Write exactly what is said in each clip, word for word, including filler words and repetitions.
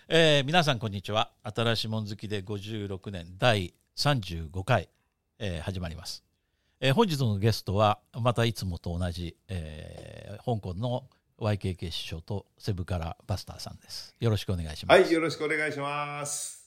えー、皆さんこんにちは。新しいもん好きでごじゅうろくねんだいさんじゅうごかい、えー、始まります、えー、本日のゲストはまたいつもと同じ、えー、香港の ワイケーケー 師匠とセブカラバスターさんです。よろしくお願いします。 はい、よろしくお願いします。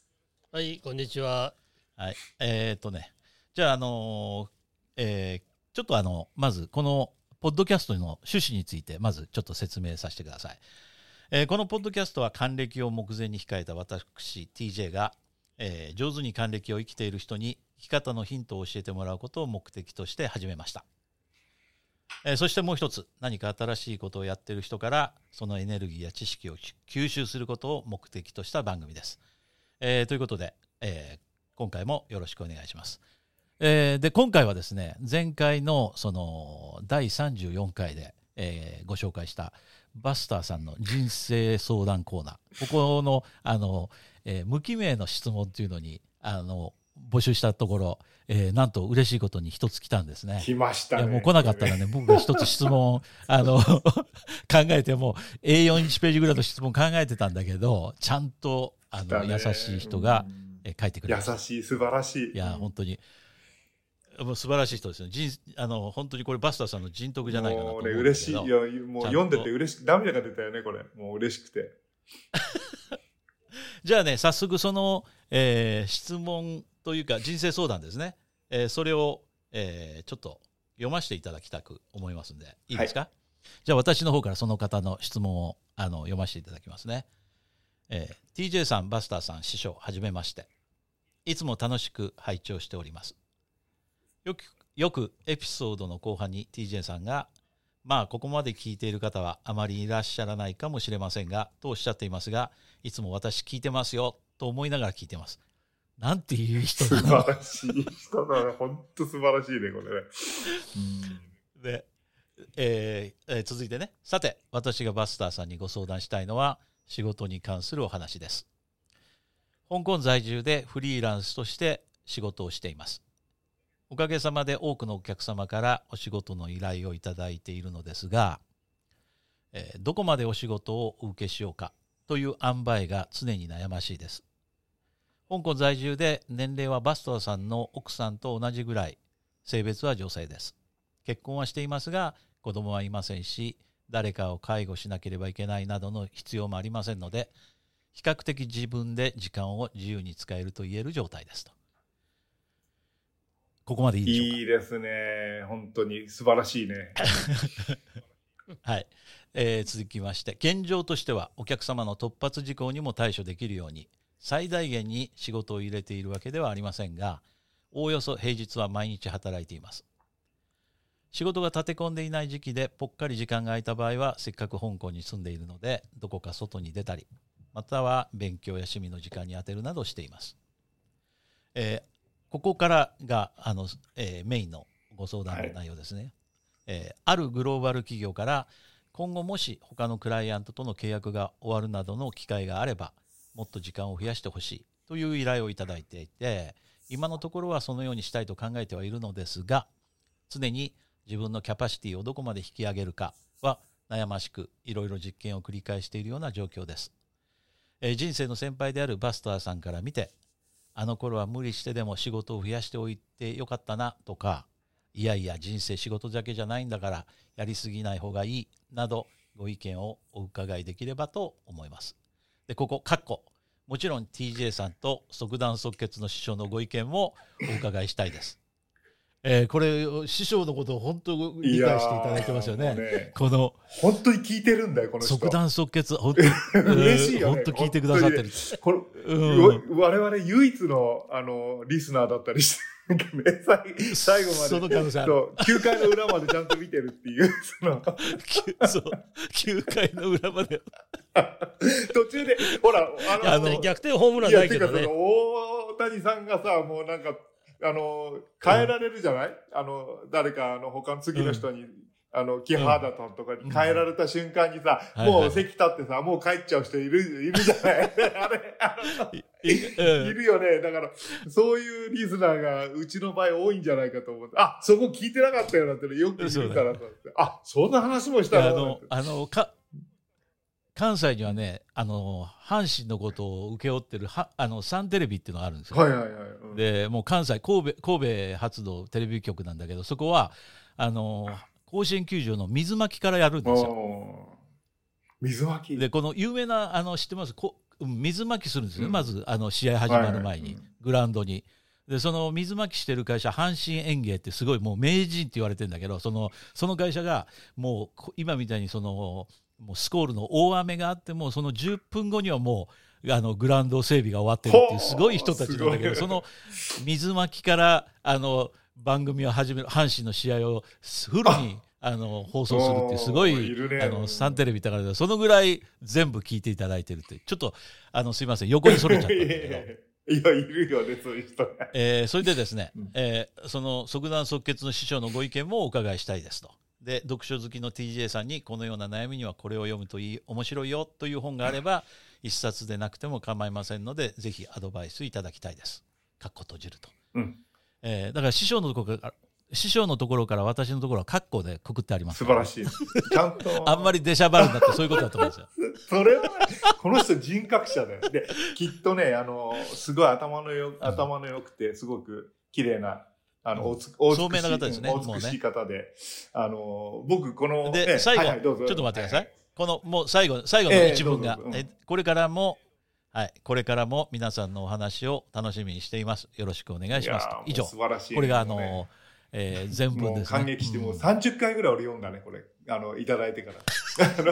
はい、こんにちは。 はい、えー、っとねじゃああのーえー、ちょっとあのまずこのポッドキャストの趣旨についてまずちょっと説明させてください。えー、このポッドキャストは還暦を目前に控えた私 ティージェー が、えー、上手に還暦を生きている人に生き方のヒントを教えてもらうことを目的として始めました。えー、そしてもう一つ、何か新しいことをやっている人からそのエネルギーや知識を吸収することを目的とした番組です。えー、ということで、えー、今回もよろしくお願いします。えー、で今回はですね、前回のそのだいさんじゅうよんかいで、えー、ご紹介したバスターさんの人生相談コーナー、ここの、あの、えー、無記名の質問っていうのにあの募集したところ、えー、なんと嬉しいことに一つ来たんですね。 来ましたね。 いやもう来なかったらね、僕が一つ質問あの考えても エーよんいち ページぐらいの質問考えてたんだけど、ちゃんとあの優しい人が、えー、書いてくれました。 優しい、素晴らしい。 いや本当にもう素晴らしい人ですよ。人あの本当にこれバスターさんの人徳じゃないかなと思うんだけど。 もうね、嬉しい。いやもう読んでて嬉しく涙が出たよね、これ。もう嬉しくて。 じゃあね、早速その、えー、質問というか人生相談ですね、えー、それを、えー、ちょっと読ませていただきたく思いますんで、いいですか？はい、じゃあ私の方からその方の質問をあの読ませていただきますね。えー、ティージェー さん、バスターさん、師匠、はじめまして。いつも楽しく拝聴しております。よく、よくエピソードの後半に ティージェー さんが、まあここまで聞いている方はあまりいらっしゃらないかもしれませんがとおっしゃっていますが、いつも私聞いてますよと思いながら聞いてます。なんていう人だな。 素晴らしい人だね。本当素晴らしいね、これね。 うんで、えーえー、続いてね、さて私がバスターさんにご相談したいのは仕事に関するお話です。香港在住でフリーランスとして仕事をしています。おかげさまで多くのお客様からお仕事の依頼をいただいているのですが、えー、どこまでお仕事をお受けしようかという塩梅が常に悩ましいです。香港在住で年齢はバスターさんの奥さんと同じぐらい、性別は女性です。結婚はしていますが子供はいませんし、誰かを介護しなければいけないなどの必要もありませんので、比較的自分で時間を自由に使えると言える状態ですと。ここまでいいでしょうか？ いいですね。本当に素晴らしいね。 はい、えー、続きまして、現状としてはお客様の突発事項にも対処できるように最大限に仕事を入れているわけではありませんが、おおよそ平日は毎日働いています。仕事が立て込んでいない時期でぽっかり時間が空いた場合は、せっかく香港に住んでいるのでどこか外に出たり、または勉強や趣味の時間に充てるなどしています。えーここからがあの、えー、メインのご相談の内容ですね。はい、えー、あるグローバル企業から今後もし他のクライアントとの契約が終わるなどの機会があればもっと時間を増やしてほしいという依頼をいただいていて、今のところはそのようにしたいと考えてはいるのですが、常に自分のキャパシティをどこまで引き上げるかは悩ましく、いろいろ実験を繰り返しているような状況です。えー、人生の先輩であるバスターさんから見て、あの頃は無理してでも仕事を増やしておいてよかったなとか、いやいや人生仕事だけじゃないんだからやりすぎない方がいいなどご意見をお伺いできればと思います。でここカッコもちろん ティージェー さんと即断即決の師匠のご意見もお伺いしたいです。えー、これ師匠のことを本当に理解していただいてますよ ね, ねこの本当に聞いてるんだよこの人。 即断即決本当嬉しいよね。 本当聞いてくださってる、ね、 これ、うん、我々唯一のあのリスナーだったりして最後までその可能性ある。 そうきゅうかいの裏までちゃんと見てるっていうそのそうきゅうかいの裏まで途中でほらあのあの逆転ホームランないけどね。 いやてかその大谷さんがさもうなんかあの変えられるじゃない、うん、あの誰かあの他の次の人に、うん、あの木原さんとかに変えられた瞬間にさ、うん、もう席立ってさ、はいはい、もう帰っちゃう人いるいるじゃないあれあのい, いるよね。だからそういうリスナーがうちの場合多いんじゃないかと思って、あそこ聞いてなかったよなんてよく言うからと思って、あそんな話もしたの。 あのあのか関西にはね、あの阪神のことを請け負ってるはあのサンテレビっていうのがあるんですよ。 はいはいはい。うん、 でもう関西神戸神戸発のテレビ局なんだけど、そこはあの甲子園球場の水巻きからやるんですよ。 水巻きでこの有名なあの知ってますこ水巻きするんですね、うん、まずあの試合始まる前に、はいはい、グラウンドに。でその水巻きしてる会社阪神園芸ってすごいもう名人って言われてるんだけど、そのその会社がもう今みたいにそのもうスコールの大雨があってもそのじゅっぷんごにはもうあのグラウンド整備が終わってるっていうすごい人たちなんだけど、その水巻きからあの番組を始める阪神の試合をフルにあの放送するっていうすごい、ね、あのサンテレビだからそのぐらい全部聞いていただいてるって、ちょっとあのすいません横にそれちゃったんだけどいやいるよねそういう人が、 えー、それでですね、うんえー、その即断即決の師匠のご意見もお伺いしたいですと。で読書好きの ティージェー さんにこのような悩みにはこれを読むといい面白いよという本があれば一冊でなくても構いませんのでぜひアドバイスいただきたいです。かっこ閉じると、うんえー、だから師匠のところから師匠のところから私のところはカッコでくくってあります。 素晴らしい。ちゃんとあんまり出しゃばるんだってそういうことだと思うんですよ。 それはこの人人格者だよ。できっとねあのすごい頭のよ、うん、頭の良くてすごく綺麗なあの、うん、お聡明な方ですね。 お美しい方で、ね、あの僕こので、ね、最後、はいはい、ちょっと待ってください。はい、このもう最後最後の一文が、えーうん、これからもはい、これからも皆さんのお話を楽しみにしています。よろしくお願いします。以上。 素晴らしい、ね、 これがあの。えー、全文ですね。 もう感激して、もうさんじゅっかいぐらい俺読んだね、これ。あの、いただいてから。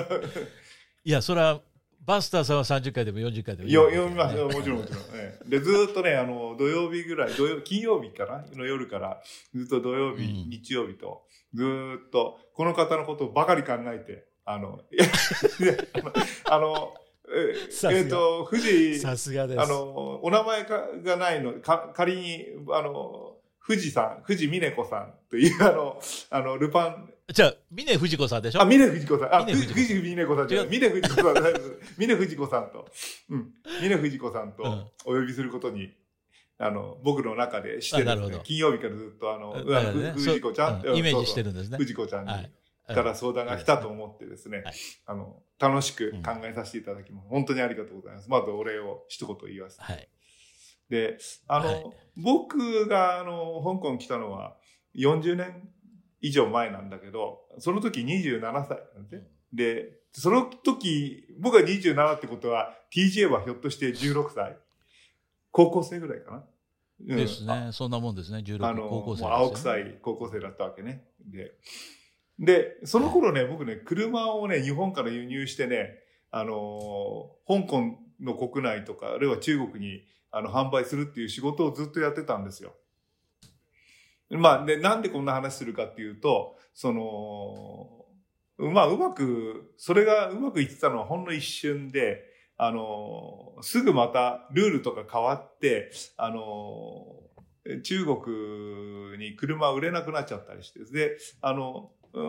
いや、それは、バスターさんはさんじゅっかいでもよんじゅっかいでも読み、読みます。もちろんもちろん。で、ずっとね、あの、土曜日ぐらい、土曜、金曜日かなの夜から、ずっと土曜日、うん、日曜日と、ずっと、この方のことをばかり考えて、あの、あの、えっ、ー、と、富士、 さすがです。 あの、お名前かがないの、か、仮に、あの、富士さん、富士峰子さんという、あの、あの、ルパン。 じゃあ、峰富士子さんでしょ？ あ、峰富士子さん。あ、富士峰子さんじゃない。峰富士子さん。峰富士子さんと、うん。峰富士子さんとお呼びすることに、うん、あの、僕の中でしてるんですね。金曜日からずっと、あの、ね、富士子ちゃん、 うん、イメージしてるんですね。 富士子ちゃんに、はい、から相談が来たと思ってですね、はい、あの、楽しく考えさせていただきます。うん、本当にありがとうございます。まずお礼を一言言います。はい。で、あの、はい、僕が、あの、香港来たのはよんじゅうねん以上前なんだけど、その時にじゅうななさいなんで、うん、で、その時、僕がにじゅうななってことは、ティージェー はひょっとしてじゅうろくさい高校生ぐらいかな、 うん、ですね。そんなもんですね。じゅうろく、 あの、 高校生です、ね。 青臭い高校生だったわけね。で、で、その頃ね、はい、僕ね、車をね、日本から輸入してね、あの、香港の国内とか、あるいは中国にあの、販売するっていう仕事をずっとやってたんですよ。まあ、で、なんでこんな話するかっていうと、その、まあ、うまく、それがうまくいってたのはほんの一瞬で、あの、すぐまたルールとか変わって、あの、中国に車売れなくなっちゃったりして、で、あの、うん、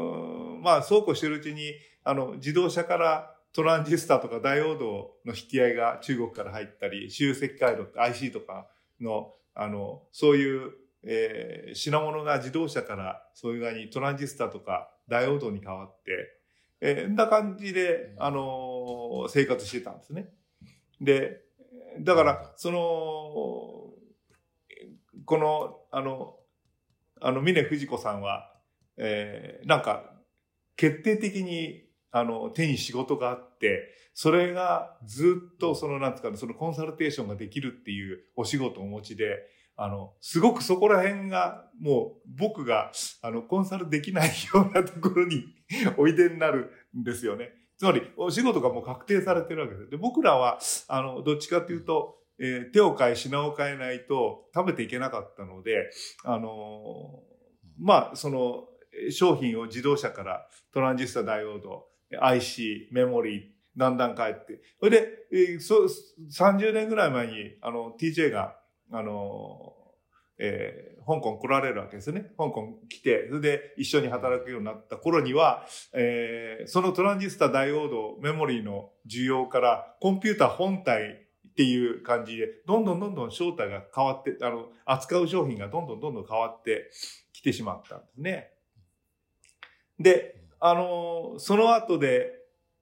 まあ、そうこうしてるうちに、あの、自動車からトランジスタとかダイオードの引き合いが中国から入ったり、集積回路 アイシー とかの、あの、そういう、えー、品物が自動車からそういう側にトランジスタとかダイオードに変わって、えー、んな感じで、あのー、生活してたんですね。で、だから、その、この、あの、あの、峰富士子さんは、えー、なんか、決定的に、あの、手に仕事があって、それがずっとその、なんですかね、そのコンサルテーションができるっていうお仕事をお持ちで、あの、すごくそこら辺が、もう僕が、あの、コンサルできないようなところにおいでになるんですよね。つまり、お仕事がもう確定されてるわけです。で、僕らは、あの、どっちかっていうと、えー、手を変え、品を変えないと食べていけなかったので、あのー、まあ、その、商品を自動車からトランジスタ、ダイオード、アイシー、メモリー、だんだん変えて。それで、えー、そさんじゅうねんぐらい前に、あの、ティージェー が、あの、えー、香港来られるわけですね。香港来て、それで一緒に働くようになった頃には、えー、そのトランジスタ、ダイオード、メモリーの需要からコンピューター本体っていう感じで、どんどんどんどん正体が変わって、あの、扱う商品がどんどんどんどん変わってきてしまったんですね。で、あの、その後で、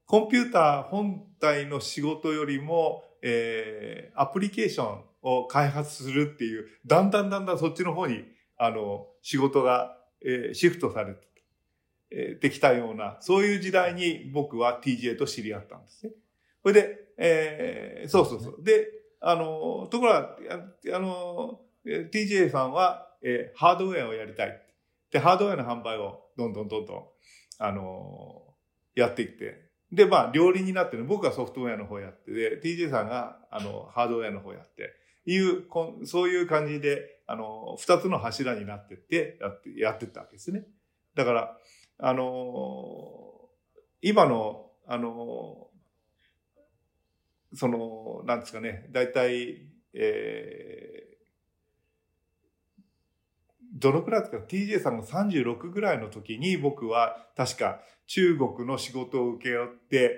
コンピューター本体の仕事よりも、えー、アプリケーションを開発するっていう、だんだんだんだんそっちの方に、あの、仕事が、えー、シフトされて、えー、できたような、そういう時代に僕は ティージェー と知り合ったんですね。それで、えー、そうそうそう。で、あの、ところが、あの、ティージェー さんは、えー、ハードウェアをやりたい。で、ハードウェアの販売をどんどんどんどん、あの、やっていって、で、まあ、両輪になってる。僕はソフトウェアの方やってで、ティージェー さんが、あの、ハードウェアの方やって、いう、そういう感じで、あの、二つの柱になってって、やって、やってったわけですね。だから、あの、今の、あの、その、なんですかね、だいたい、えー、どのくらいですか ?ティージェー さんがさんじゅうろくぐらいの時に僕は確か中国の仕事を請け負って、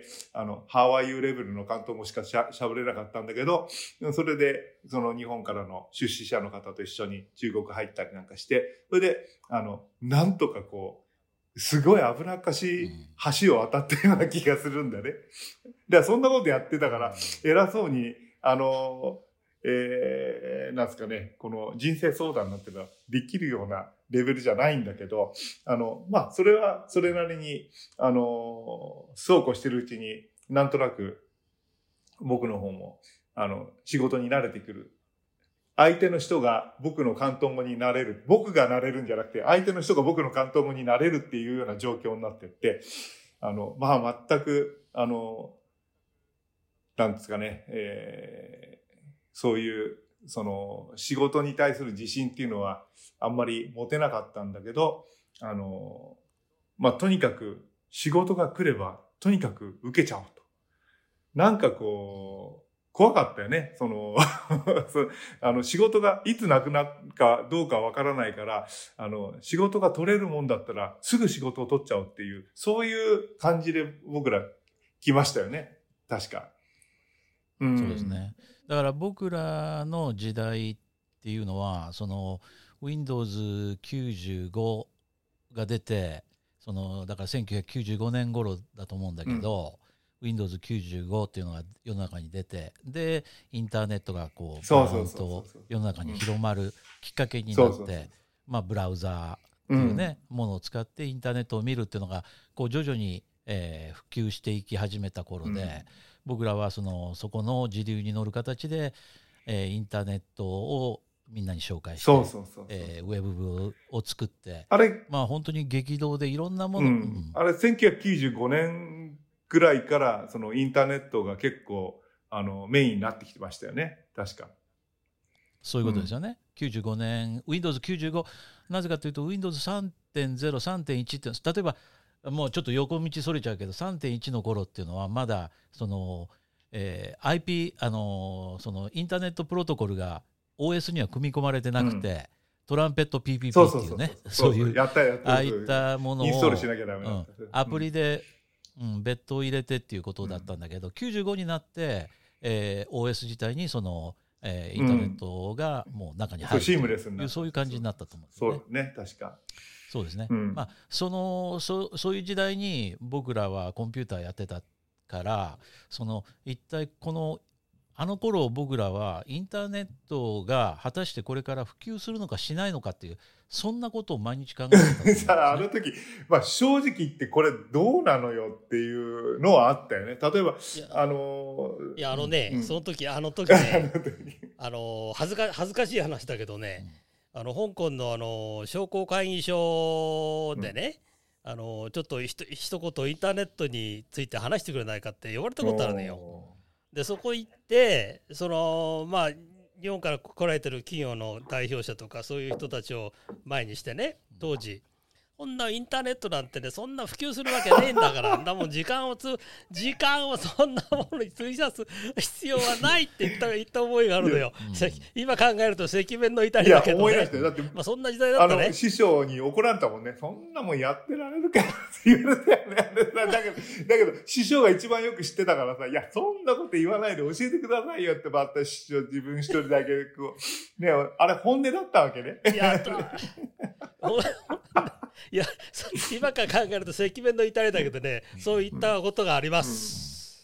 あの、How are you レベルの関東語しかしゃ喋れなかったんだけど、それで、その日本からの出資者の方と一緒に中国入ったりなんかして、それで、あの、なんとかこう、すごい危なっかしい橋を渡ったような気がするんだね。で、そんなことやってたから、偉そうに、あの、えー、なんですかね、この人生相談なんていうのはできるようなレベルじゃないんだけど、あの、まあ、それはそれなりに、あの、そうこうしてるうちに、なんとなく僕の方も、あの、仕事に慣れてくる。相手の人が僕の関東語になれる。僕がなれるんじゃなくて、相手の人が僕の関東語になれるっていうような状況になってって、あの、まあ、全く、あの、なんですかね、えー、そういう、その、仕事に対する自信っていうのはあんまり持てなかったんだけど、あの、まあ、とにかく仕事が来れば、とにかく受けちゃおうと。なんかこう、怖かったよね。その、あの、仕事がいつなくなるかどうかわからないから、あの、仕事が取れるもんだったらすぐ仕事を取っちゃうっていう、そういう感じで僕ら来ましたよね。確か。 うん、そうですね。だから僕らの時代っていうのは、その ウィンドウズきゅうじゅうご が出て、そのだからせんきゅうひゃくきゅうじゅうごねん頃だと思うんだけど、うん、ウィンドウズきゅうじゅうご っていうのが世の中に出て、でインターネットがこうバーンと世の中に広まるきっかけになって、まあブラウザーっていうね、うん、ものを使ってインターネットを見るっていうのがこう徐々に、えー、普及していき始めた頃で、うん、僕らはそのそこの時流に乗る形で、えー、インターネットをみんなに紹介して、ウェブ部を作って、あれ、まあ本当に激動でいろんなもの、うんうん、 あれせんきゅうひゃくきゅうじゅうごねんぐらいからそのインターネットが結構あのメインになってきてましたよね、確か。 そういうことですよね。うん、きゅうじゅうごねん ウィンドウズきゅうじゅうご、なぜかというと ウィンドウズさんてんゼロ、さんてんいち って例えばもうちょっと横道それちゃうけど さんてんいち の頃っていうのはまだその、えー、アイピー あのー、そのインターネットプロトコルが オーエス には組み込まれてなくて、うん、トランペット ピーピーピー っていうね、そういうああいったものをインストールしなきゃダメだった、うん、アプリで、うん、別途入れてっていうことだったんだけど、うん、きゅうじゅうごになって、えー、オーエス 自体にその、えー、インターネットがもう中に入るという、うん、そういうそういう感じになったと思うんですね。 そうね、確か。 そうですね、うん、まあ、その そ, そういう時代に僕らはコンピューターやってたから、その一体このあの頃僕らはインターネットが果たしてこれから普及するのかしないのかっていう、そんなことを毎日考えてたんです、ね、 あの時、まあ、正直言ってこれどうなのよっていうのはあったよね。例えばあのー、いやあのね、うん、その時あの時ねあの恥ずか恥ずかしい話だけどね、うん、あの香港のあの商工会議所でね、うん、あのちょっとひと一言インターネットについて話してくれないかって呼ばれたことあるのよ。でそこ行ってそのまあ日本から来られてる企業の代表者とかそういう人たちを前にしてね、当時こんなインターネットなんてねそんな普及するわけねえんだからだもん時間をつ時間をそんなものに費やす必要はないって言った言った覚えがあるのよ、うん、今考えると赤面の至りだけど、ね、 いや思い出してだって、 まあ、そんな時代だったね。 あの師匠に怒られたもんね、そんなもんやってられるかって言われたよね。だけどだけど師匠が一番よく知ってたからさ、いやそんなこと言わないで教えてくださいよってばった師匠自分一人だけこうね、あれ本音だったわけね。いやいや、今から考えると赤面の至りだけどね、そういったことがあります。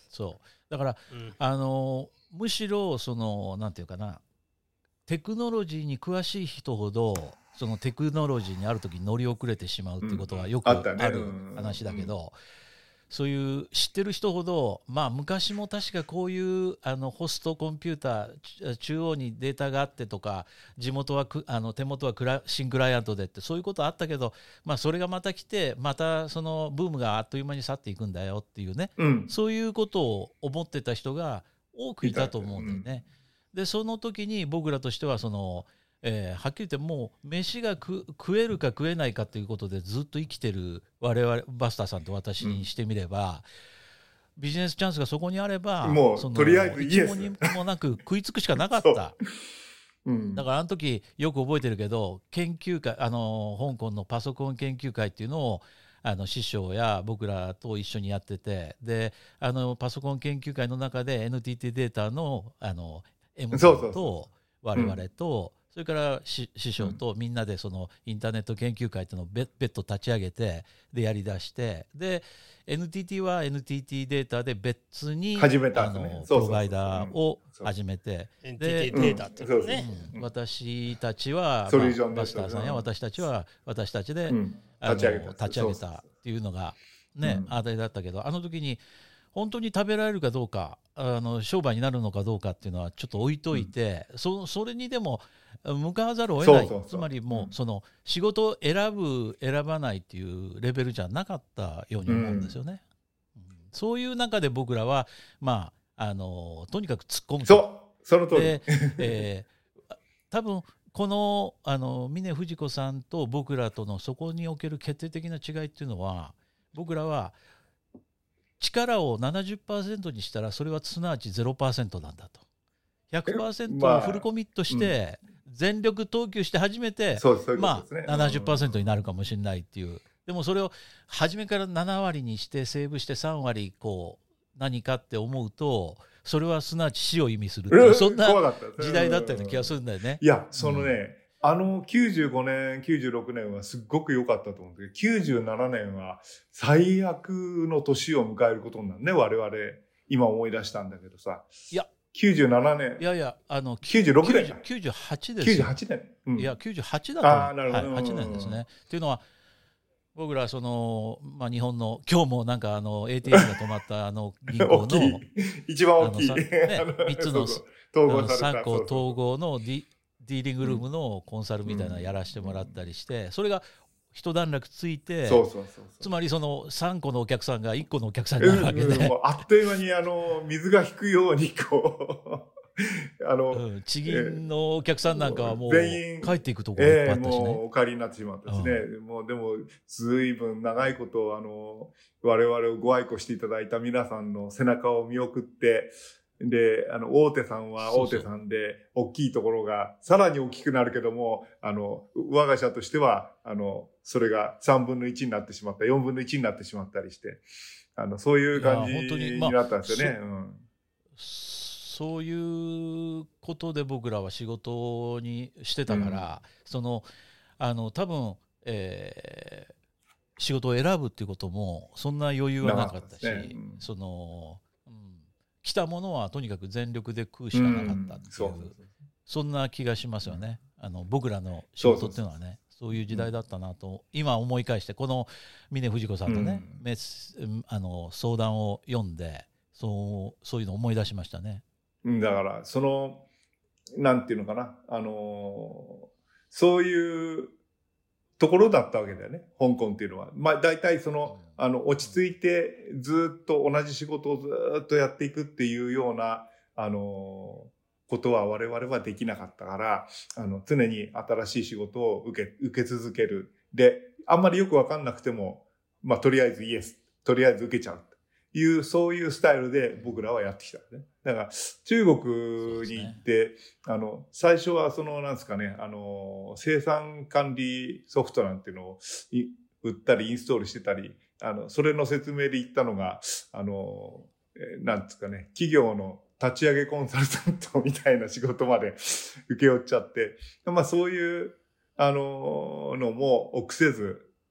うん、そうだから、うん、あのむしろそのなんていうかな、テクノロジーに詳しい人ほどそのテクノロジーにある時に乗り遅れてしまうっていうことはよくある話だけど、そういう知ってる人ほど、まあ昔も確かこういうあのホストコンピューター中央にデータがあってとか、地元はくあの手元はクラ新クライアントでってそういうことあったけど、まあそれがまた来てまたそのブームがあっという間に去っていくんだよっていうね、うん、そういうことを思ってた人が多くいたと思うんだよね。うん、でその時に僕らとしてはそのえー、はっきり言ってもう飯が食えるか食えないかということでずっと生きてる我々バスターさんと私にしてみれば、うん、ビジネスチャンスがそこにあればもうとりあえず一文にもなく食いつくしかなかった、うん、だからあの時よく覚えてるけど研究会あの香港のパソコン研究会っていうのをあの師匠や僕らと一緒にやってて、であのパソコン研究会の中で エヌティーティー データのあの エム と我々と、うんそれから師匠とみんなでそのインターネット研究会というのを別途立ち上げてでやりだして、で エヌティーティー は エヌティーティー データで別に始めたんですね、 プロバイダーを始めて、 エヌティーティー データっていうね、 うん、私たちは、まあ、バスターさんや私たちは私たちで、うん、立ち上げた立ち上げたっていうのがね、うん、あれだったけど、あの時に本当に食べられるかどうかあの商売になるのかどうかっていうのはちょっと置いといて、うん、そ, それにでも向かわざるを得ない。つまりもうその仕事を選ぶ選ばないっていうレベルじゃなかったように思うんですよね、うん、そういう中で僕らはまああのとにかく突っ込むと。そうその通りで、えー、多分このあの峰不二子さんと僕らとのそこにおける決定的な違いっていうのは、僕らは力を ななじゅっパーセント にしたらそれはすなわち ゼロパーセント なんだと。ひゃくパーセント フルコミットして全力投球して初めてまあ ななじゅっパーセント になるかもしれないっていう。でもそれを初めからなな割にしてセーブしてさん割こう何かって思うと、それはすなわち死を意味するっていう、そんな時代だったような気がするんだよね。 いやそのね、うんあのきゅうじゅうごねんきゅうじゅうろくねんはすっごく良かったと思うんだけど、きゅうじゅうななねんは最悪の年を迎えることになるね、我々今思い出したんだけどさ。 いやきゅうじゅうななねんいやいやあのきゅうじゅうろくねんきゅうじゅうはちですよ。 きゅうじゅうはちねん、うん、 いやきゅうじゅうはちだと思う。 あなるほど、 はい、はちねんですね。っていうのは僕らその、まあ、日本の今日もなんかあの エーティーエム が止まったあの銀行の一番大きい、 ね、みっつのさんこ統合の Dディーリングルームのコンサルみたいなのやらせてもらったりして、それが一段落ついて、 そうそうそうそう、 つまりそのさんこのお客さんがいっこのお客さんになるわけで、 うんうん、もうあっという間にあの水が引くようにこうあの、 うん、地銀のお客さんなんかはもう帰っていくところがいっぱいあったしね、 えー、もうお帰りになってしまったしね、うん、もうでもずいぶん長いことあの我々をご愛顧していただいた皆さんの背中を見送って、で、あの、大手さんは大手さんで、大きいところがさらに大きくなるけども、あの、我が社としては、あの、それがさんぶんのいちになってしまった、よんぶんのいちになってしまったりして、あの、そういう感じになったんですよね。まあうん、 そういうことで僕らは仕事にしてたから、うん、その、あの、多分、えー、仕事を選ぶっていうことも、そんな余裕はなかったし、ねうん、その、来たものはとにかく全力で食うしかなかったっていう、うん、そうそうそうそんな気がしますよね。あの僕らの仕事っていうのはね、そうそうそうそういう時代だったなと、うん、今思い返してこの峰不二子さんのね、うん、あの相談を読んでそうそういうのを思い出しましたね。 だからそのなんていうのかな、あのそういうところだったわけだよね、香港っていうのは。まあ大体その、うん、あの落ち着いてずっと同じ仕事をずっとやっていくっていうようなあのことは我々はできなかったから、あの常に新しい仕事を受け受け続ける。で、あんまりよくわかんなくても、まあとりあえずイエス、とりあえず受けちゃうというそういうスタイルで僕らはやってきたね。だから中国に行って、ね、あの最初はそのなんですかね、あの生産管理ソフトなんていうのを売ったりインストールしてたり、あのそれの説明で言ったのがあのなんですかね、企業の立ち上げコンサルタントみたいな仕事まで請け負っちゃって、まあそういうあののも臆せず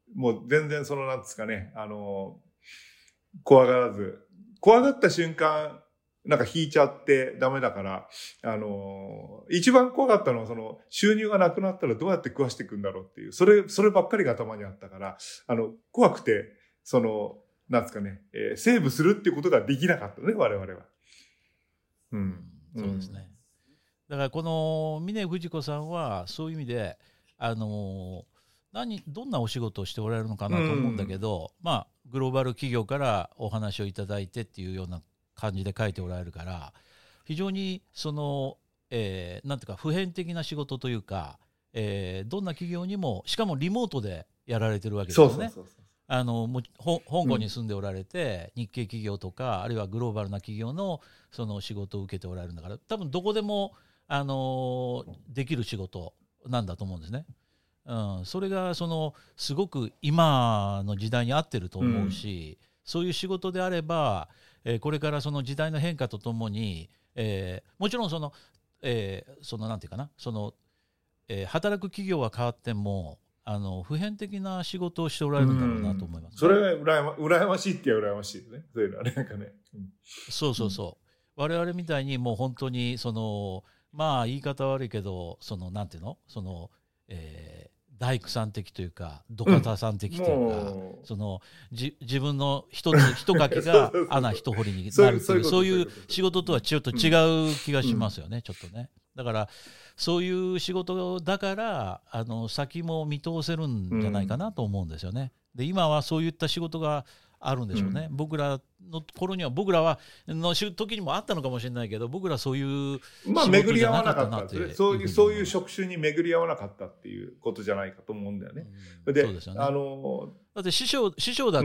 もう全然そのなんですかね、あの、怖がらず、怖がった瞬間、なんか引いちゃってダメだから、あの、一番怖かったのはその収入がなくなったらどうやって食わしていくんだろうっていう、それ、そればっかりが頭にあったから、あの、怖くて、その、なんですかね、えー、セーブするっていうことができなかったね、我々は。うん。 そうですね。だからこの峰藤子さんはそういう意味で、あの、何、どんなお仕事をしておられるのかなと思うんだけど、まあ、グローバル企業からお話をいただいてっていうような感じで書いておられるから、非常にその、えー、なんていうか普遍的な仕事というか、えー、どんな企業にもしかもリモートでやられてるわけですよね。そうそうそうそう、あのも香港に住んでおられて、うん、日系企業とかあるいはグローバルな企業のその仕事を受けておられるんだから、多分どこでも、あのできる仕事なんだと思うんですね。うん、それがそのすごく今の時代に合ってると思うし、うん、そういう仕事であれば、えー、これからその時代の変化とともに、えー、もちろんその、えー、そのなんていうかな、その、えー、働く企業は変わってもあの普遍的な仕事をしておられるんだろうなと思います、ね、 それが羨ま、羨ましいって言えば羨ましいよね。そういうのはね、なんかね、うん、 そうそうそう、我々みたいにもう本当にそのまあ言い方悪いけど、そのなんていうの、その、えー大工さん的というか土方さん的というか、うん、そのじ自分の一つ一かきが穴一掘りになるっていうそういう仕事とはちょっと違う気がしますよね、うん、ちょっとね。だからそういう仕事だからあの先も見通せるんじゃないかなと思うんですよね。で今はそういった仕事があるんでしょうね、うん、僕らの頃には僕らはの時にもあったのかもしれないけど、僕らそういうまあ巡り合わなかったっていうそういうそういう職種に巡り合わなかったっていうことじゃないかと思うんだよね。うん、で、そうですよね。あのだって師匠師匠だって、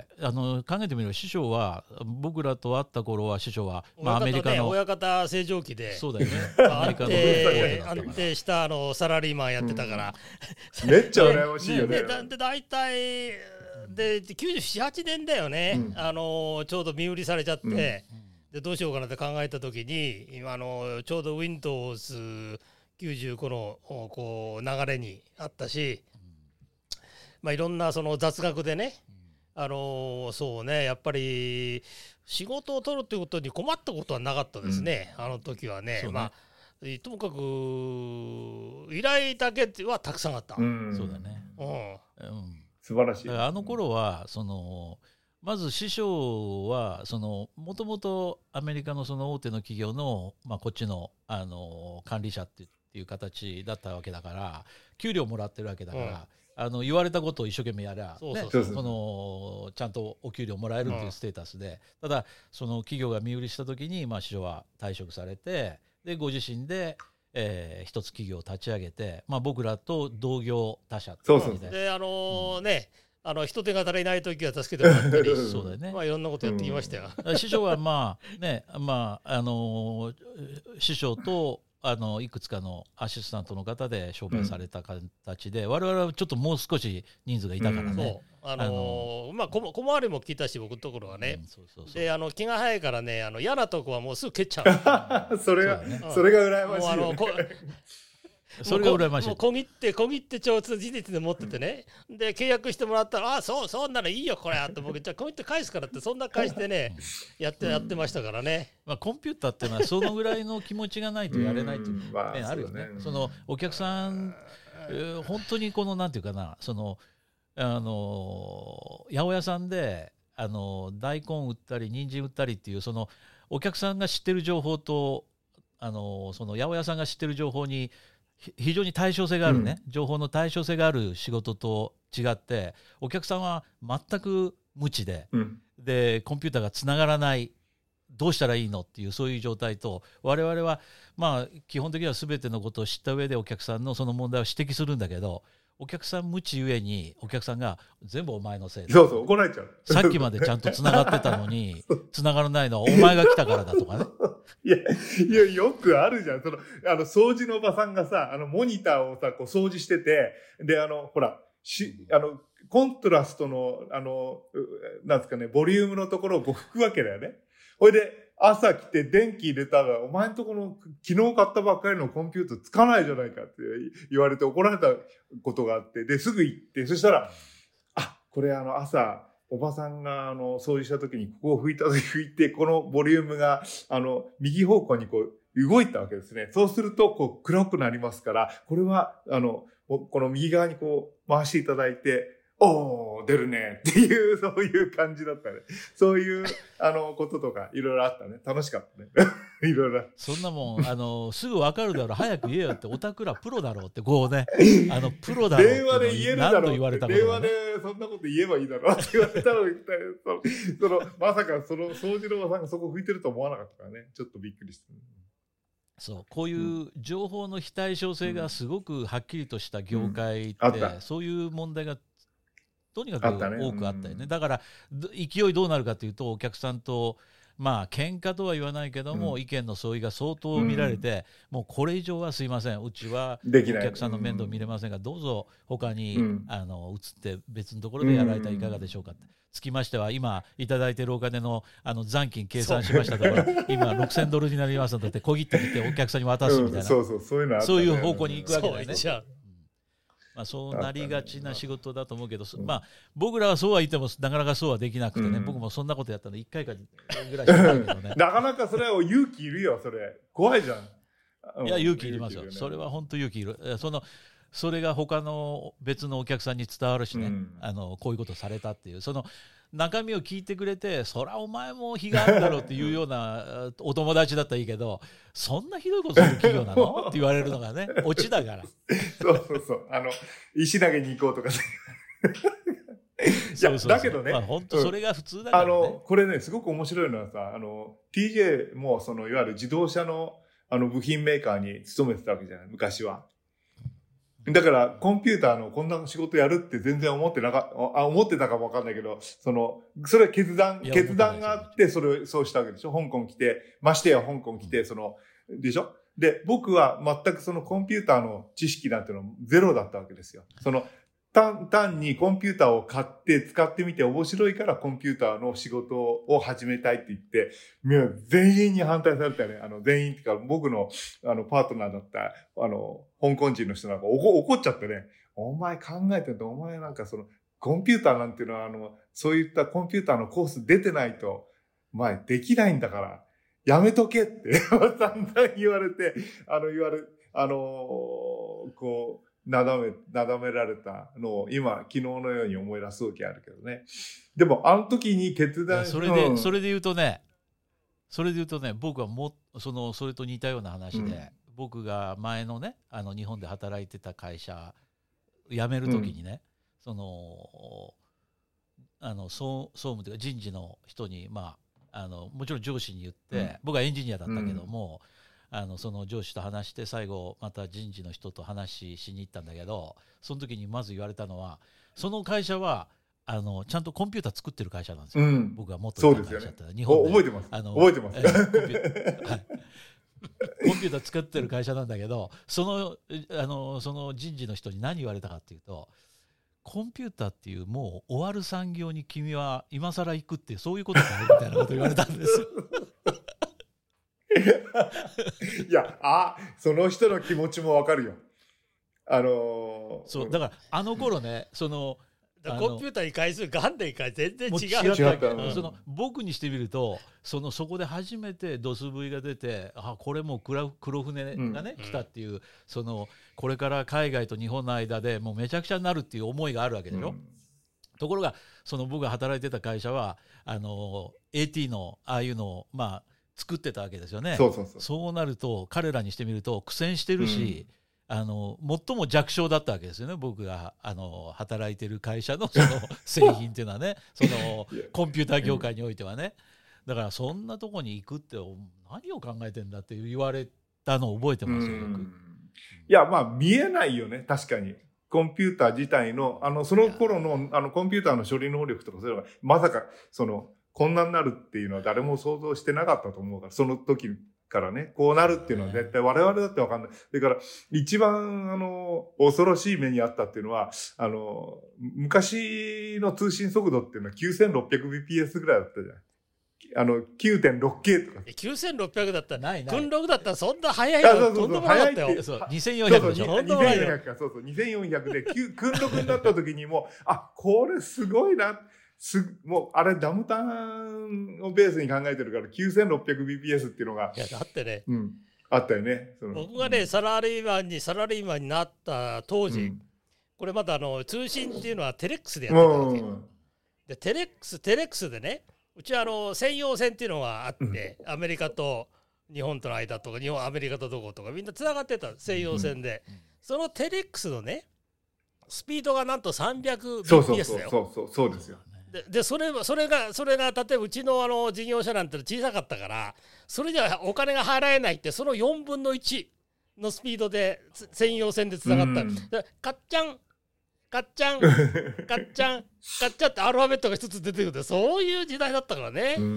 うん、あの考えてみれば師匠は僕らと会った頃は師匠は、まあ、アメリカの親方正常期で、 そうだよね。 安定安定したあのサラリーマンやってたから、 うん、めっちゃ羨ましいよね。 ででだいたいできゅうじゅうなな、はちねんだよね、うん、あのちょうど身売りされちゃって、うん、でどうしようかなって考えた時に今のちょうど ウィンドウズきゅうじゅうご のこう流れにあったし、うん、まあいろんなその雑学でね、うん、あのそうね、やっぱり仕事を取るっていうことに困ったことはなかったですね、うん、あの時は ね, ねまあともかく依頼だけはたくさんあった、 うん、そうだね、 うんうん素晴らしい。 あの頃はそのまず師匠はそのもともとアメリカのその大手の企業の、まあ、こっちの、あの管理者っていう形だったわけだから、給料もらってるわけだから、うん、あの言われたことを一生懸命やりゃ、ね、そのちゃんとお給料もらえるっていうステータスで、うん、ただその企業が身売りした時に、まあ、師匠は退職されて、でご自身でえー、一つ企業を立ち上げて、まあ、僕らと同業他社っていう感じで、 であのーうん、ねあの人手が足りない時は助けてもらったりそうだよね、 まあ、いろんなことやってきましたよ、 うん、師匠はまあね、まああのー、師匠とあのいくつかのアシスタントの方で商売された形で、うん、我々はちょっともう少し人数がいたからね、 うん、あのーあのー、まあ小回りも聞いたし僕のところはね、うん、そうそうそうであの気が早いからね、あの嫌なとこはもうすぐ蹴っちゃうそれが、ね、それが羨ましいよ、ね、もうあのこそれが羨ましい。 もう小切って小切ってちょうど事実で持っててね、うん、で契約してもらったら、ああそうそんなのいいよこれって僕じゃあ小切って返すからってそんな返してねやってやってましたからね、 まあ、コンピューターっていうのはそのぐらいの気持ちがないとやれないという面、ね、あるよね。そのお客さん、えー、本当にこのなんていうかな、そのあの八百屋さんであの大根売ったり人参売ったりっていうそのお客さんが知ってる情報とあのその八百屋さんが知ってる情報に非常に対称性があるね、うん、情報の対称性がある仕事と違って、お客さんは全く無知で、うん、でコンピューターがつながらない、どうしたらいいのっていうそういう状態と、我々はまあ基本的には全てのことを知った上でお客さんのその問題を指摘するんだけど、お客さん無知ゆえにお客さんが全部お前のせいだ、 そうそう怒られちゃう、 さっきまでちゃんとつながってたのにつながらないのはお前が来たからだとかねいやいやよくあるじゃん、そのあの掃除のおばさんがさ、あのモニターをさこう掃除してて、であのほらしあのコントラストのあのなんですかね、ボリュームのところをこう拭くわけだよね。ほいで朝来て電気入れたら、お前んとこの昨日買ったばっかりのコンピューターつかないじゃないかって言われて怒られたことがあって、で、すぐ行って、そしたら、あ、 これあの朝、おばさんがあの掃除した時にここを拭いた時拭いて、このボリュームがあの右方向にこう動いたわけですね。そうするとこう黒くなりますから、これはあのこの右側にこう回していただいて、おー出るねっていうそういう感じだったね。そういうあのこととかいろいろあったね。楽しかったね。いろいろ。 そんなもんあのすぐ分かるだろう、早く言えよって、おたくらプロだろうってこうね、あのプロだろうって電話で言えるだろうって、 何度言われたこと電話がね。 でそんなこと言えばいいだろうって言われたのに、そのまさかその掃除のおばさんがそこ拭いてると思わなかったからね、ちょっとびっくりした。 そうこういう情報の非対称性がすごくはっきりとした業界って、 うんうん、 そういう問題がとにかく多くあったよね。 うん、 だから勢いどうなるかというと、お客さんとまあ喧嘩とは言わないけども、うん、意見の相違が相当見られて、うん、もうこれ以上はすいません、うちはお客さんの面倒見れませんが、どうぞ他に、うん、あの移って別のところでやられたらいかがでしょうかって。つきましては今いただいているお金のあの残金計算しましたところ、今ろくせんドルになりますのでって小切ってきてお客さんに渡すみたいな、うん、 そうそうそういうのあったね、 そういう方向に行くわけだよね。まあ、そうなりがちな仕事だと思うけど、まあ、僕らはそうは言ってもなかなかそうはできなくてね、うん、僕もそんなことやったのいっかいかぐらいしかないけどねなかなかそれは勇気いるよ、それ怖いじゃん。 いや勇気いりますよ、ね、それは本当勇気いる。そのそれが他の別のお客さんに伝わるしね、うん、あのこういうことされたっていうその中身を聞いてくれて、そらお前も非があるだろうっていうようなお友達だったらいいけど、そんなひどいことする企業なのって言われるのがねオチだから。 そうそうそう、あの石投げに行こうとかいやだけどね、 まあ、本当それが普通だからね、 うん、あのこれねすごく面白いのはさ、あの ティージェー もそのいわゆる自動車のあの部品メーカーに勤めてたわけじゃない昔は。だからコンピューターのこんな仕事やるって全然思ってなかあ思ってたかもわかんないけど、そのそれは決断決断があってそれそうしたわけでしょ。香港来て、ましてや香港来てそのでしょ。で僕は全くそのコンピューターの知識なんていうのはゼロだったわけですよ。その単単にコンピューターを買って使ってみて面白いからコンピューターの仕事を始めたいって言って、全員に反対されたよね。あの全員っていうか僕のあのパートナーだったあの香港人の人なんか怒っちゃってね。お前考えてんだ、お前なんかそのコンピューターなんていうのはあのそういったコンピューターのコース出てないとお前できないんだからやめとけって散々言われて、あの言われあのこう。なだめ、なだめられたのを今、昨日のように思い出す時あるけどね。でも、あの時に決断それで、うん、それで言うとね、それで言うとね、僕はも、その、それと似たような話で、うん、僕が前のね、あの、日本で働いてた会社、辞める時にね、うん、その、あの、総、総務というか人事の人に、まあ、あの、もちろん上司に言って、うん、僕はエンジニアだったけども、うんあのその上司と話して最後また人事の人と話しに行ったんだけど、その時にまず言われたのは、その会社はあのちゃんとコンピューター作ってる会社なんですよ、うん、僕が元いた会社って、ね、日本で覚えてますあの覚えてます、 えー、コンピュー、はい、コンピューター作ってる会社なんだけど、そのあのその人事の人に何言われたかっていうと、コンピューターっていうもう終わる産業に君は今更行くってそういうことだねみたいなこと言われたんですよいや、あ、その人の気持ちもわかるよ。あのー、 そうだからあの頃ね、そのコンピューターに関する概念が全然違う。 違った、うん、その僕にしてみると、そのそこで初めてドス ブイが出て、あこれもう黒船がね、うん、来たっていう、そのこれから海外と日本の間でもうめちゃくちゃになるっていう思いがあるわけでしょ、うん、ところがその僕が働いてた会社はあの エーティー のああいうのをまあ作ってたわけですよね。 そうそうそう。 そうなると彼らにしてみると苦戦してるし、うん、あの最も弱小だったわけですよね。僕があの働いてる会社のその製品っていうのはねそのコンピューター業界においてはね。だからそんなとこに行くって何を考えてんだって言われたのを覚えてますよ、よく。いやまあ見えないよね、確かに。コンピューター自体のあのその頃のあのコンピューターの処理能力とかそういうのがまさかそのこんなになるっていうのは誰も想像してなかったと思うから、その時からね、こうなるっていうのは絶対我々だって分かんない。だから一番あの恐ろしい目にあったっていうのは、あの昔の通信速度っていうのは きゅうせんろっぴゃくビーピーエス ぐらいだったじゃない。 あの きゅうてんろくケー とか。 きゅうせんろっぴゃくだったら、 ないない訓録だったらそんな早いあそうそうそうのとんでもなかったよ。 そうにせんよんひゃくでしょ。 そうそうにせんよんひゃくか、そうそう、にせんよんひゃくで、訓録になった時にも、あ、これすごいな。すもう、あれ、ダムタウンをベースに考えてるから、きゅうせんろっぴゃくビーピーエス っていうのが。 いや、だってね、 うん、あったよね。その僕がね、サラリーマンに、サラリーマンになった当時、うん、これまたあの、通信っていうのはテレックスでやってたわけ。うん、で、テレックス、テレックスでね、うちはあの、専用線っていうのがあって、うん、アメリカと日本との間とか、日本、アメリカとどことか、みんな繋がってた、専用線で。うん、そのテレックスのね、スピードがなんと さんびゃくビーピーエス だよ。 そうそうそう、そうですよ。 で, でそれそれがそれが例えばうちのあの事業者なんて小さかったからそれじゃお金が払えないってそのよんぶんのいちのスピードで専用線でつながった、うん、でカッチャンカッチャンカッチャンカッチャンってアルファベットが一つ出てくるってそういう時代だったからね。 うん、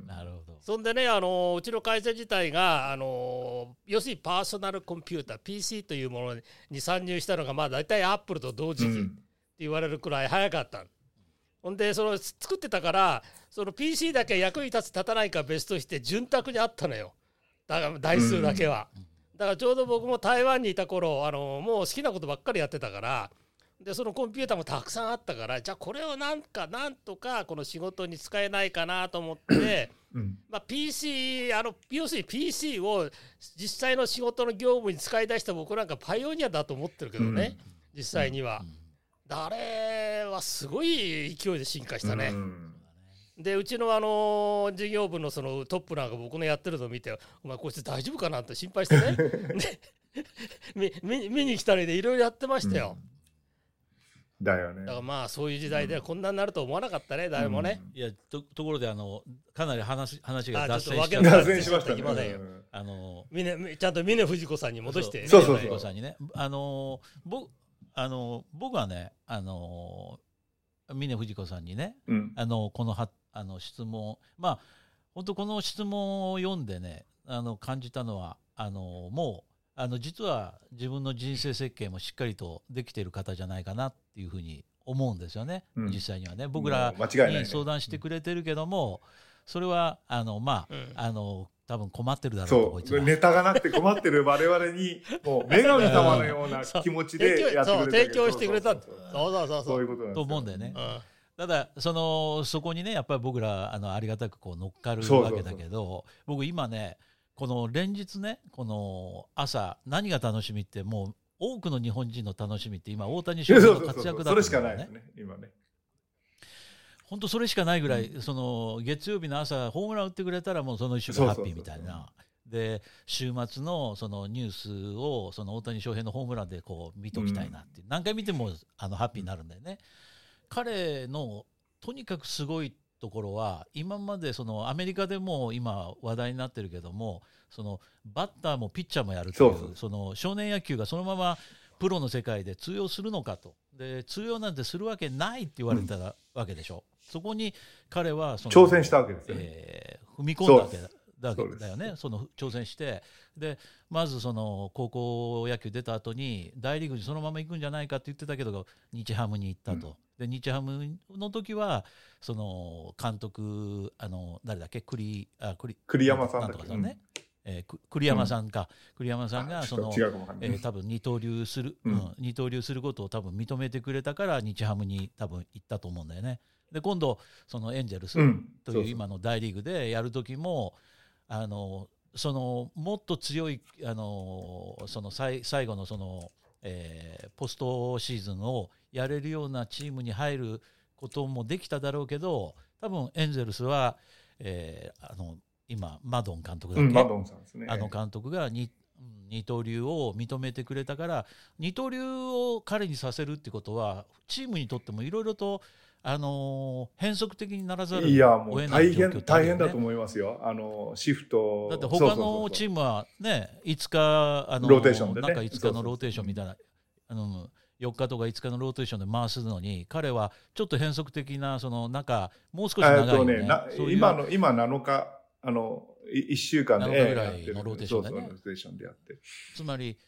なるほど。 そんでねあのうちの会社自体があの要するにパーソナルコンピューター ピーシー というものに参入したのがまあ大体アップルと同時期って言われるくらい早かった。ほんでその作ってたからその ピーシー だけ役に立つ立たないか別として潤沢にあったのよ。だから台数だけは、うん、だからちょうど僕も台湾にいた頃あのもう好きなことばっかりやってたからでそのコンピューターもたくさんあったからじゃあこれをなんかなんとかこの仕事に使えないかなと思って、うんまあ、ピーシー あの要するに ピーシー を実際の仕事の業務に使い出した僕なんかパイオニアだと思ってるけどね、うん、実際には。うんあれはすごい勢いで進化したね。うん、でうちのあの事業部のそのトップなんか僕のやってるのを見てお前こいつ大丈夫かなって心配してね見, 見, 見に来たりでいろいろやってましたよ。 うん、だよね。 だからまあそういう時代ではこんなになると思わなかったね、うん、誰もね。 いや と, ところであのかなり 話, 話が脱線しちゃった脱線しましたね。 あのちゃんと峰不二子さんに戻してそうそうそう峰不二子さんにねあの僕あの僕はねあの峰不二子さんにね、うん、あのこのはあの質問まあ本当この質問を読んでねあの感じたのはあのもうあの実は自分の人生設計もしっかりとできている方じゃないかなっていうふうに思うんですよね、うん、実際にはね僕らに相談してくれてるけども、うん、それはあのまあ、うん、あの多分困ってるだろうとこいつはネタがなくて困ってる我々にもう女神様のような気持ちでやってくれた提供してくれたそうそうそうそういうことなんですと思うんだよね、うん、ただそのそこにねやっぱり僕らあのありがたくこう乗っかるわけだけどそうそうそう僕今ねこの連日ねこの朝何が楽しみってもう多くの日本人の楽しみって今大谷翔平の活躍だったんだよね。それしかないですね今ね。本当それしかないぐらい、うん、その月曜日の朝ホームラン打ってくれたらもうその一週間ハッピーみたいなで週末のそのニュースをその大谷翔平のホームランでこう見ときたいなって、うん、何回見てもあのハッピーになるんだよね、うん、彼のとにかくすごいところは今までそのアメリカでも今話題になってるけどもそのバッターもピッチャーもやるという、そうそうその少年野球がそのままプロの世界で通用するのかとで通用なんてするわけないって言われたわけでしょ、うん、そこに彼はその挑戦したわけですよね、 えー、踏み込んだわけだだだよねその挑戦してでまずその高校野球出た後に大リーグにそのまま行くんじゃないかって言ってたけど日ハムに行ったと、うん、で日ハムの時はその監督あの誰だっけ栗あ栗栗山さんだっけなんとかさんね、うんえー、栗山さんか、うん、栗山さんがその、えー、多分二刀流する、うんうん、二刀流することを多分認めてくれたから日ハムに多分行ったと思うんだよね。で今度そのエンジェルスという今の大リーグでやる時も、うん、あのそのもっと強いあのその最最後のその、えー、ポストシーズンをやれるようなチームに入ることもできただろうけど多分エンゼルスは、えー、あの今マドン監督だっけ、うん、 マドンさんですね、 あの監督が 二, 二刀流を認めてくれたから二刀流を彼にさせるってことはチームにとってもいろいろと、あのー、変則的にならざるを得ない状況、ね、いやもう大変大変だと思いますよあのシフトだって他のチームはねいつかあのローテーションでねなんかいつかのローテーションみたいなあのよっかとかいつかのローテーションで回すのに彼はちょっと変則的なそのなんかもう少し長いよね、えーとねなそういう今の今なのかあのいっしゅうかんでなのかぐらいのローテーションでねローテーションでやってつまり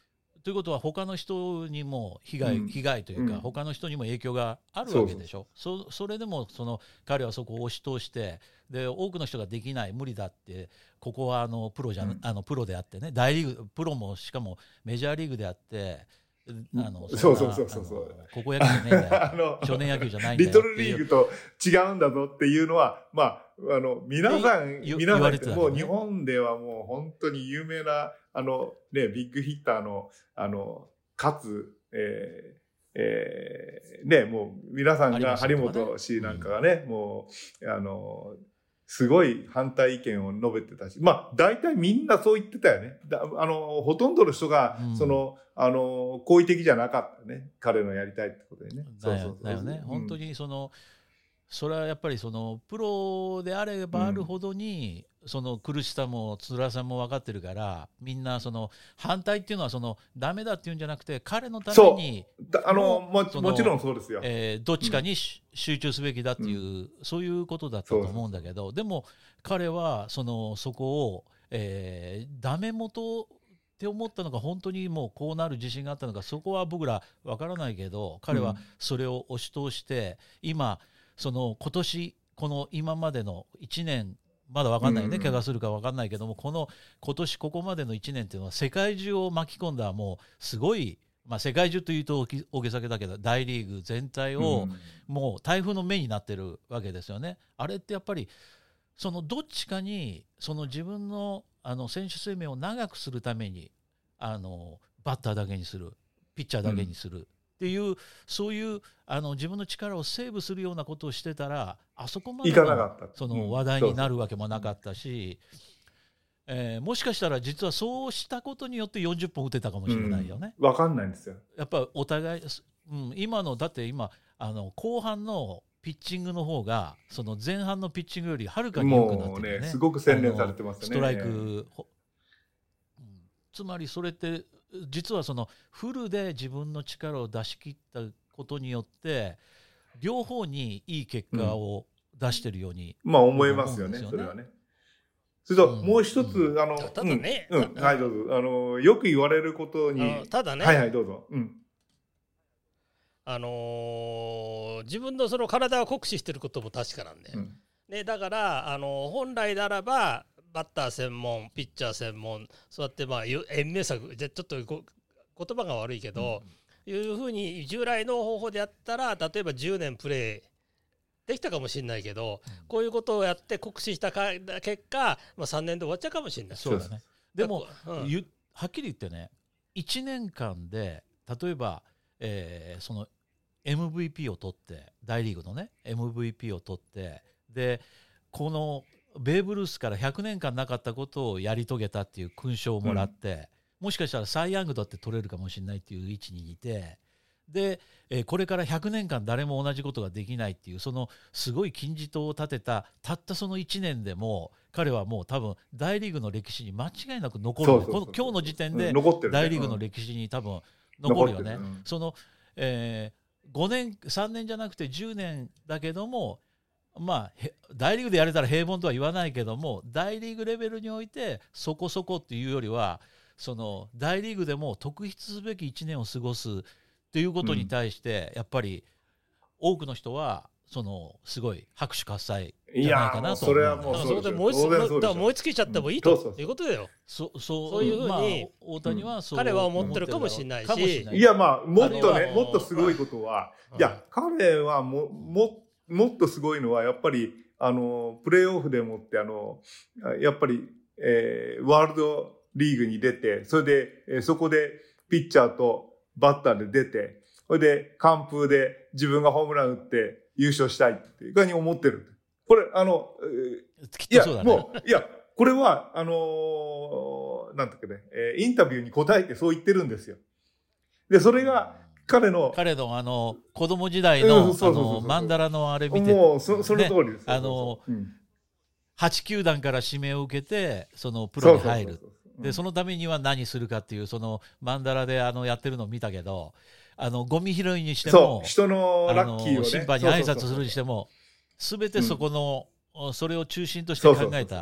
ということは他の人にも被害、うん、被害というか、うん、他の人にも影響があるわけでしょ。そうそう。そ、それでもその彼はそこを押し通してで多くの人ができない無理だってここはあのプロじゃ、うん、あのプロであってね大リーグプロもしかもメジャーリーグであってあのそそうそうそうそうそう高校野球じゃないんだよ少年野球じゃないんだよリトルリーグと違うんだぞっていうのはまああの皆さん皆さんってもう日本ではもう本当に有名なあのねビッグヒッターのあのかつえーえー、ねもう皆さんが張本氏なんかがね、うん、もうあのすごい反対意見を述べてたし、まあ大体みんなそう言ってたよね。だあのほとんどの人が、うん、そのあの好意的じゃなかったね。彼のやりたいってことでね。 だよ、だよね。うん、本当にそのそれはやっぱりそのプロであればあるほどに、うん、その苦しさも辛さも分かってるからみんなその反対っていうのはそのダメだっていうんじゃなくて彼のためにあの も, もちろんそうですよ、 えー、どっちかに、うん、集中すべきだっていう、うん、そういうことだったと思うんだけどでも彼はそのそこを、えー、ダメ元って思ったのが本当にもうこうなる自信があったのかそこは僕ら分からないけど彼はそれを押し通して今その今年この今までのいちねんまだ分かんないよね、うん、怪我するか分かんないけどもこの今年ここまでのいちねんっていうのは世界中を巻き込んだもうすごい、まあ、世界中というと大げさだけど大リーグ全体をもう台風の目になってるわけですよね。あれってやっぱりそのどっちかにその自分のあの選手生命を長くするためにあのバッターだけにするピッチャーだけにする、うんっていうそういうあの自分の力をセーブするようなことをしてたらあそこまでのその話題になるわけもなかったし、えー、もしかしたら実はそうしたことによってよんじゅっぽん打てたかもしれないよね。 うん、分かんないんですよ。 やっぱお互い、うん、今のだって今あの後半のピッチングの方がその前半のピッチングよりはるかに良くなってるよね。 もうねすごく洗練されてますね。 ストライク、うん、つまりそれって実はそのフルで自分の力を出し切ったことによって両方にいい結果を出してるように、 うん、まあ思いますよねそれはね。それともう一つ、うん、あのただね、 うんうん、はいどうぞあのよく言われることにただねはいはいどうぞ、うん、 あのー、自分のその体を酷使してることも確かなんだよ、うんね、だからあの本来ならばバッター専門ピッチャー専門そうやってまあ延命策じゃちょっと言葉が悪いけど、うん、いうふうに従来の方法でやったら例えばじゅうねんプレーできたかもしれないけど、うん、こういうことをやって酷使したか結果、まあ、さんねんで終わっちゃうかもしれない。 そうだね。でも、うん、はっきり言ってねいちねんかんで例えば、えー、その エムブイピー を取って大リーグのね エムブイピー を取ってでこのベーブ・ルースからひゃくねんかんなかったことをやり遂げたっていう勲章をもらって、うん、もしかしたらサイ・ヤングだって取れるかもしれないっていう位置にいてで、えー、これからひゃくねんかん誰も同じことができないっていうそのすごい金字塔を立てたたったそのいちねんでも彼はもう多分大リーグの歴史に間違いなく残る、ね、この今日の時点で大リーグの歴史に多分残るよね、うん、その、えー、ごねんさんねんじゃなくてじゅうねんだけどもまあ、大リーグでやれたら平凡とは言わないけども大リーグレベルにおいてそこそこっていうよりはその大リーグでも特筆すべきいちねんを過ごすっていうことに対して、うん、やっぱり多くの人はそのすごい拍手喝采じゃないかなと思う。いやそれはもうそうで燃え燃え尽きちゃってもいいと、うん、いうことだよ。 そ, そ, そういうふうに、まあ、 大谷はそう、 うん、彼は思ってるかもしれないしいやまあもっとねもっとすごいことは、うん、いや彼はもももっとすごいのはやっぱりあのプレーオフでもってあのやっぱり、えー、ワールドリーグに出てそれで、えー、そこでピッチャーとバッターで出てそれで完封で自分がホームラン打って優勝したいっていうふうに思ってる。これあの、 えー、きっとそうだね。 いやもういやこれはあのー、なんだっけね、えー、インタビューに答えてそう言ってるんですよ。でそれが彼の彼のあの子供時代のマンダラのあれ見てもう そ, その通りです、 ね、あの、うん、はち球団から指名を受けてそのプロに入るでそのためには何するかっていうそのマンダラであのやってるのを見たけどあのゴミ拾いにしても人のラッキーを、ね、 審判に挨拶するにしても全てそこの、うん、それを中心として考えた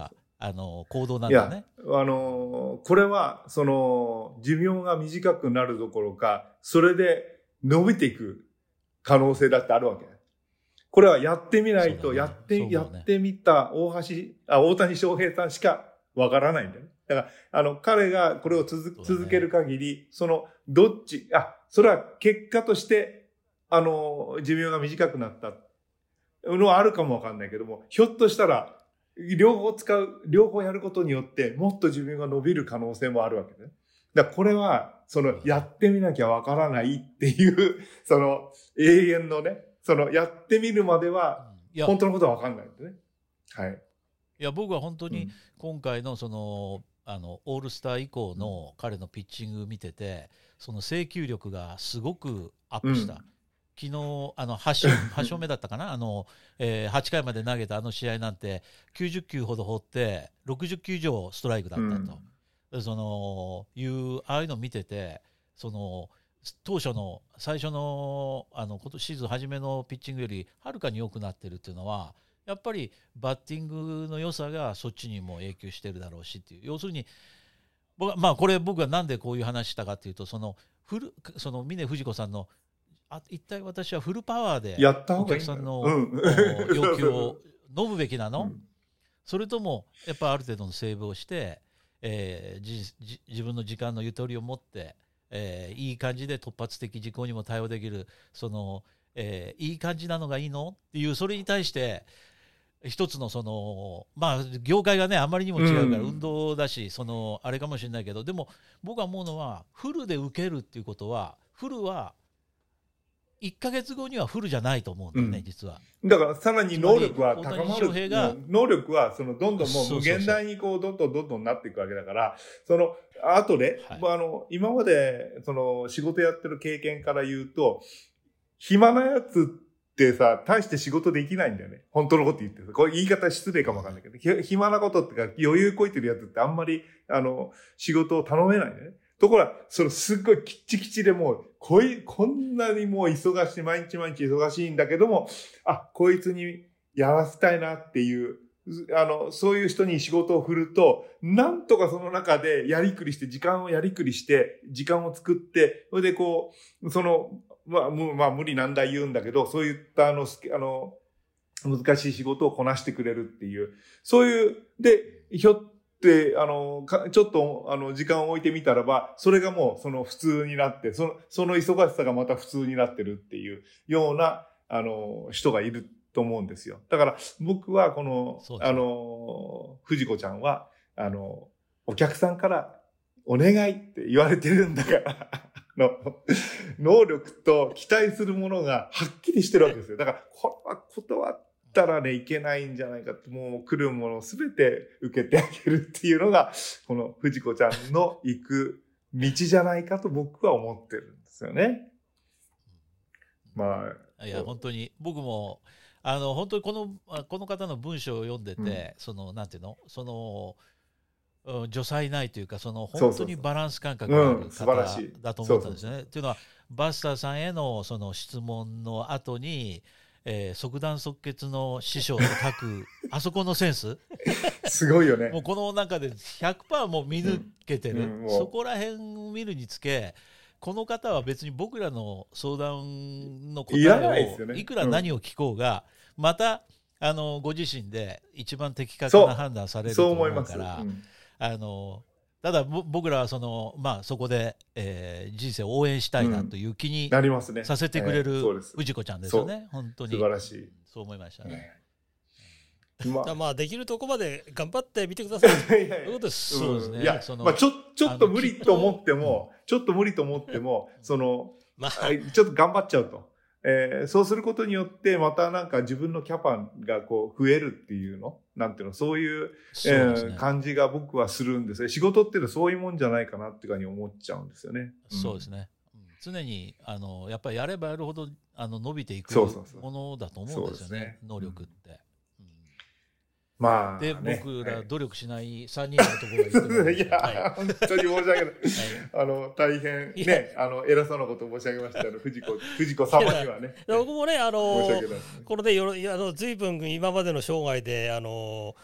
あの行動なんいや、 だね。 あのーこれはその寿命が短くなるどころか、それで伸びていく可能性だってあるわけ。これはやってみないと、 そうだねやって、 そうだねやってみた大橋、あ、大谷翔平さんしかわからないんだよね。だから、あの、彼がこれを続そうだね続ける限り、その、どっち、あ、それは結果として、あの、寿命が短くなったのはあるかもわかんないけども、ひょっとしたら、両方使う、両方やることによって、もっと寿命が伸びる可能性もあるわけね。だからこれは、その、やってみなきゃわからないっていう、その、永遠のね、その、やってみるまでは、 いや本当のことはわかんないんでね。はい。 いや僕は本当にうん今回のそのあのオールスター以降の彼のピッチング見てて、その制球力がすごくアップした。 うん昨日あのはち勝はち勝目だったかな、あの、えー、はちかいまで投げたあの試合なんてきゅうじゅっきゅうほど放ってろくじゅっきゅう以上ストライクだったと、でそのいうああいうのを見てて、その当初の最初のあの今年シーズン初めのピッチングよりはるかに良くなってるっていうのは、やっぱりバッティングの良さがそっちにも影響してるだろうしっていう、要するに僕はまあこれ僕がなんでこういう話したかっていうと、そのフルその峰不二子さんのあ一体私はフルパワーでやった方おがいい客さんの、 うんお要求を飲むべきなの、 うんそれともやっぱある程度のセーブをして、えーじじ自分の時間のゆとりを持って、えーいい感じで突発的事項にも対応できる、その、えーいい感じなのがいいのっていう、それに対して一つのそのまあ業界がねあまりにも違うからうん運動だし、そのあれかもしれないけど、でも僕は思うのはフルで受けるっていうことは、フルはいっかげつごにはフルじゃないと思うんだよね、 うん実は。 だからさらに能力は高つまり大まる谷翔平が。 能力はそのどんどんもう無そうそうそう限大にこうどんどんどんどんなっていくわけだから、そのあとね、 はいまああの今までその仕事やってる経験から言うと、暇なやつってさ、大して仕事できないんだよね。本当のこと言ってる。これ言い方失礼かもわかんないけど、ひ暇なことっていうか余裕こいてるやつってあんまりあの仕事を頼めないんだよね。ところが、そのすっごいきっちきちでもう、こい、こんなにもう忙しい、毎日毎日忙しいんだけども、あ、こいつにやらせたいなっていう、あの、そういう人に仕事を振ると、なんとかその中でやりくりして、時間をやりくりして、時間を作って、それでこう、その、まあ、むまあ、無理難題言うんだけど、そういったあの、すあの、難しい仕事をこなしてくれるっていう、そういう、で、ひょっで、あの、かちょっと、あの、時間を置いてみたらば、それがもう、その普通になって、その、その忙しさがまた普通になってるっていうような、あの、人がいると思うんですよ。だから、僕は、この、あの、藤子ちゃんは、あの、お客さんから、お願いって言われてるんだからの、能力と期待するものがはっきりしてるわけですよ。だから、これは断って、たらね、いけないんじゃないかって、もう来るものをすべて受けてあげるっていうのが、この藤子ちゃんの行く道じゃないかと僕は思ってるんですよね。まあ。 いや、本当に、僕も、あの、本当にこの、この方の文章を読んでて、うん、その、なんていうのその、うん、除才ないというか、その、本当にバランス感覚がある方だと思ったんですよね。というのは、バスターさんへのその質問の後に、えー、即断即決の師匠と書くあそこのセンスすごいよね。 もうこの中で ひゃくパーセント もう見抜けてる、うんうん、そこら辺を見るにつけ、この方は別に僕らの相談の答えを い, いくら何を聞こうが、うん、またあのご自身で一番的確な判断されると思うから、うん、あのただ僕らはその、まあ、そこで、えー、人生を応援したいなという気にさせてくれる藤子ちゃんですよね、本当に素晴らしい。 そう思いましたね。 まあ、まあできるとこまで頑張ってみてください。そういうことです。 そうですね。 いや、 そのまあ、ちょちょっと無理と思っても、ちょっと無理と思っても、その、まあ、ちょっと頑張っちゃうと。えー、そうすることによってまたなんか自分のキャパがこう増えるっていうのなんていうのそういう、えーね、感じが僕はするんですね。仕事っていうのはそういうもんじゃないかなっていうかに思っちゃうんですよね。 うん、そうですね。常にあのやっぱりやればやるほどあの伸びていくものだと思うんですよね。そうそうそうね、能力って。 まあ、 で、 ね、 僕ら努力しないさんにんのところが言ってる、 はい、いや、はい、本当に申し訳ない。はい、あの、大変ね、あの、偉そうなことを申し上げましたの、藤子、藤子様にはね。 僕もね、あの、これでよろ、あの、随分今までの生涯で、あの、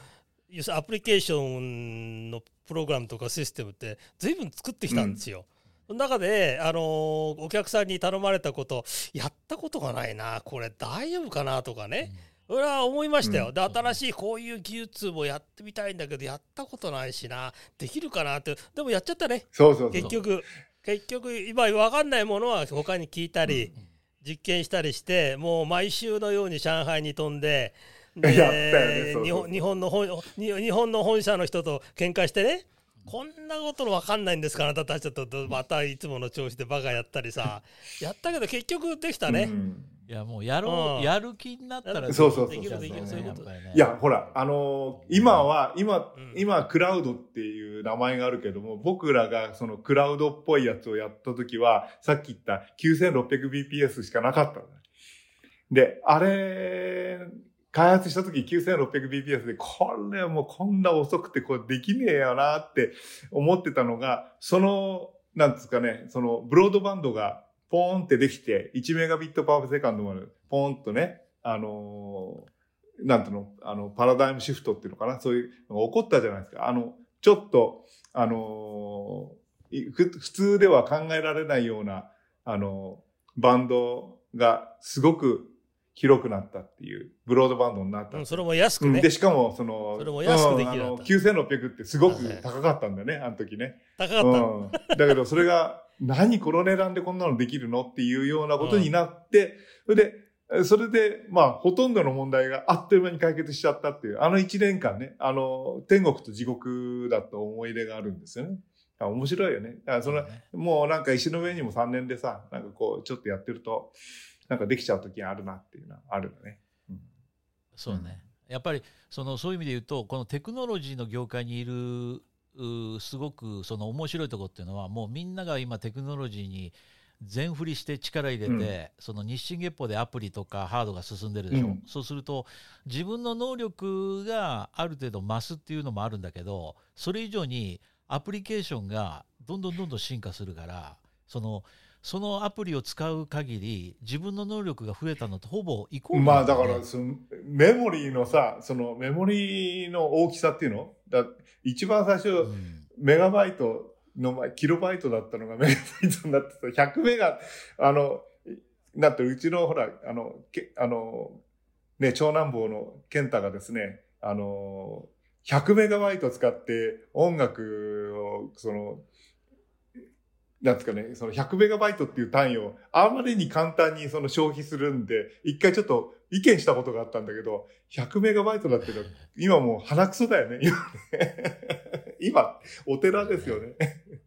要するにアプリケーションのプログラムとかシステムって随分作ってきたんですよ。その中で、あのー、お客さんに頼まれたことやったことがないな、これ大丈夫かなとかね、うん、それは思いましたよ、うん、で新しいこういう技術もやってみたいんだけどやったことないしな、できるかなって、でもやっちゃったね。 そうそうそう、 結局結局今分かんないものは他に聞いたり、うん、実験したりして、もう毎週のように上海に飛んで、でやったよね、そうそうそう、 日本の本日本の本社の人と喧嘩してね、こんなことの分かんないんですから、あなたたちとまたいつもの調子でバカやったりさやったけど結局できたね、うん、 いやもうやろう、うん、やる気になったらでそうそうそうできるできる、そういうことだよね。 いやほらあのー、今は今、うん、今クラウドっていう名前があるけども、僕らがそのクラウドっぽいやつをやった時はさっき言った きゅうせんろっぴゃくビーピーエス しかなかったんだ。であれ開発した時 きゅうせんろっぴゃくビーピーエス で、これもうこんな遅くてこれできねえよなって思ってたのが、そのなんですかね、そのブロードバンドがポーンってできていちメガビットパーセカンドまでポーンとね、あのー、なんていうの、あのパラダイムシフトっていうのかな、そういうのが起こったじゃないですか。あのちょっとあのー、普通では考えられないようなあのバンドがすごく広くなったっていうブロードバンドになった、うん、 それも安くね、 うん、でしかもそのそれも安くできるようになった、 きゅうせんろっぴゃくってすごく高かったんだよね、あの時ね、 高かった、うん、 だけどそれが何この値段でこんなのできるのっていうようなことになって、うん、それでそれでまあほとんどの問題があっという間に解決しちゃったっていう、あのいちねんかんね、あの天国と地獄だった思い出があるんですよね。面白いよね。だからその、ね、もうなんか石の上にもさんねんでさ、なんかこうちょっとやってるとなんかできちゃう時があるなっていうのはあるよね、うん、 そうね、やっぱりそのそういう意味で言うと、このテクノロジーの業界にいるすごくその面白いところっていうのは、もうみんなが今テクノロジーに全振りして力入れて、うん、その日進月歩でアプリとかハードが進んでるでしょ、うん、そうすると自分の能力がある程度増すっていうのもあるんだけど、それ以上にアプリケーションがどんどんどんどん進化するから、そのそのアプリを使う限り自分の能力が増えたのとほぼイコール、ね、 まあだからそのメモリーのさ、そのメモリーの大きさっていうのだ、一番最初、うん、メガバイトの前キロバイトだったのがメガバイトになってさ、ひゃくメガ、あのだってうちのほらあのけあのね、長男坊の健太がですね、あのひゃくメガバイト使って音楽をそのなんですかね、そのひゃくメガバイトっていう単位をあまりに簡単にその消費するんで、一回ちょっと意見したことがあったんだけど、ひゃくメガバイトだっていうの今もう鼻くそだよね。今ね今お寺ですよね。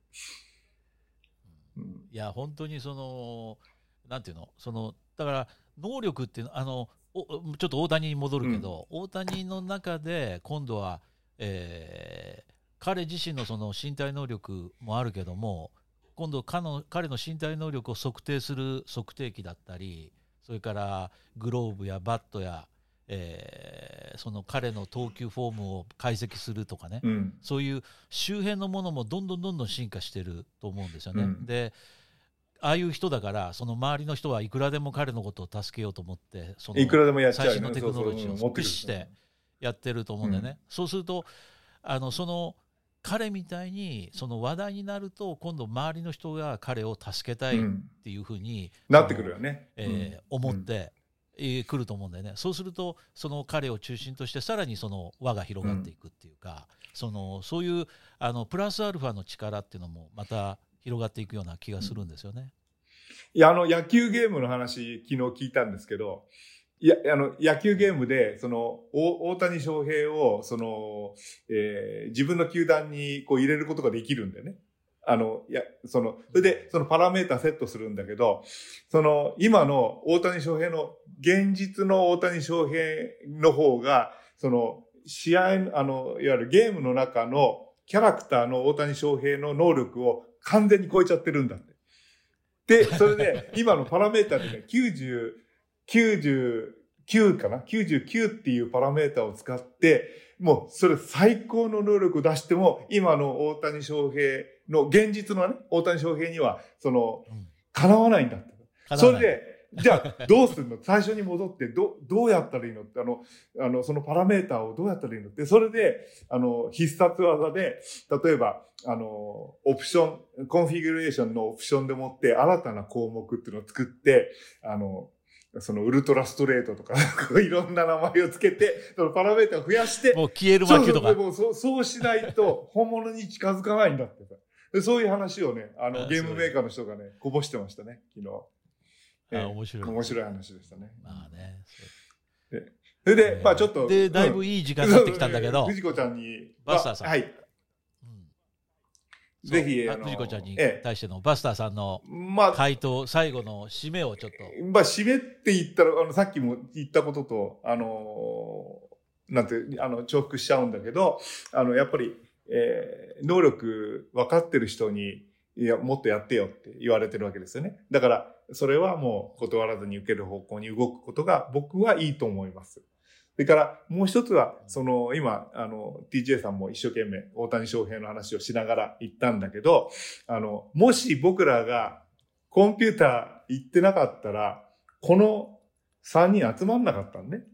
いや本当にそのなんていうの、そのだから能力っていうの、あのおちょっと大谷に戻るけど、うん、大谷の中で今度は、えー、彼自身のその身体能力もあるけども、今度彼の、彼の身体能力を測定する測定器だったり、それからグローブやバットや、えー、その彼の投球フォームを解析するとかね、うん、そういう周辺のものもどんどんどんどん進化してると思うんですよね、うん、でああいう人だから、その周りの人はいくらでも彼のことを助けようと思って、そのいくらでもやっちゃう、ね、 最新のテクノロジーを駆使してやってると思うんだよね、うん、そうするとあのその彼みたいにその話題になると、今度周りの人が彼を助けたいっていうふうに、 うん、なってくるよね、 えーうん、思ってくると思うんだよね。そうするとその彼を中心としてさらにその輪が広がっていくっていうか、うん、そのそういうあのプラスアルファの力っていうのもまた広がっていくような気がするんですよね。 いや、あの野球ゲームの話昨日聞いたんですけど、いや、あの、野球ゲームで、その、大谷翔平を、その、えー、自分の球団にこう入れることができるんだよね。あの、いや、その、それで、そのパラメータセットするんだけど、その、今の大谷翔平の、現実の大谷翔平の方が、その、試合、あの、いわゆるゲームの中のキャラクターの大谷翔平の能力を完全に超えちゃってるんだって。で、それで、今のパラメータでね、きゅうじゅう、きゅうじゅうきゅうかな ?きゅうじゅうきゅう っていうパラメータを使って、もうそれ最高の能力を出しても、今の大谷翔平の現実のね、大谷翔平には、その、叶わないんだって。それで、 じゃあどうするの、最初に戻ってどどうやったらいいのって、あのあのそのパラメーターをどうやったらいいのって、それであの必殺技で、例えばあのオプションコンフィギュレーションのオプションでもって新たな項目っていうのを作って、あのそのウルトラストレートとかいろんな名前をつけて、そのパラメーターを増やして、 もう消える魔球とか、 そうそう、そうしないと本物に近づかないんだってさ、でそういう話をね、あのゲームメーカーの人がねこぼしてましたね、昨日。 あ、えー、面白い面白い話でしたね。 まあね。 それで、えー、まあちょっとでだいぶいい時間になってきたんだけど、 藤子ちゃんにバスターさん、 はい。ぜひ、あの藤子ちゃんに対してのバスターさんの回答、最後の締めをちょっと。 まあ、締めって言ったら、あの、さっきも言ったことと、あの、なんて、あの、重複しちゃうんだけど、あの、やっぱり、えー、能力分かってる人に、いや、もっとやってよって言われてるわけですよね。だから、それはもう断らずに受ける方向に動くことが僕はいいと思います。それからもう一つは、その今、あの、ティージェー さんも一生懸命大谷翔平の話をしながら言ったんだけど、あの、もし僕らがコンピューター行ってなかったら、このさんにん集まんなかったんね。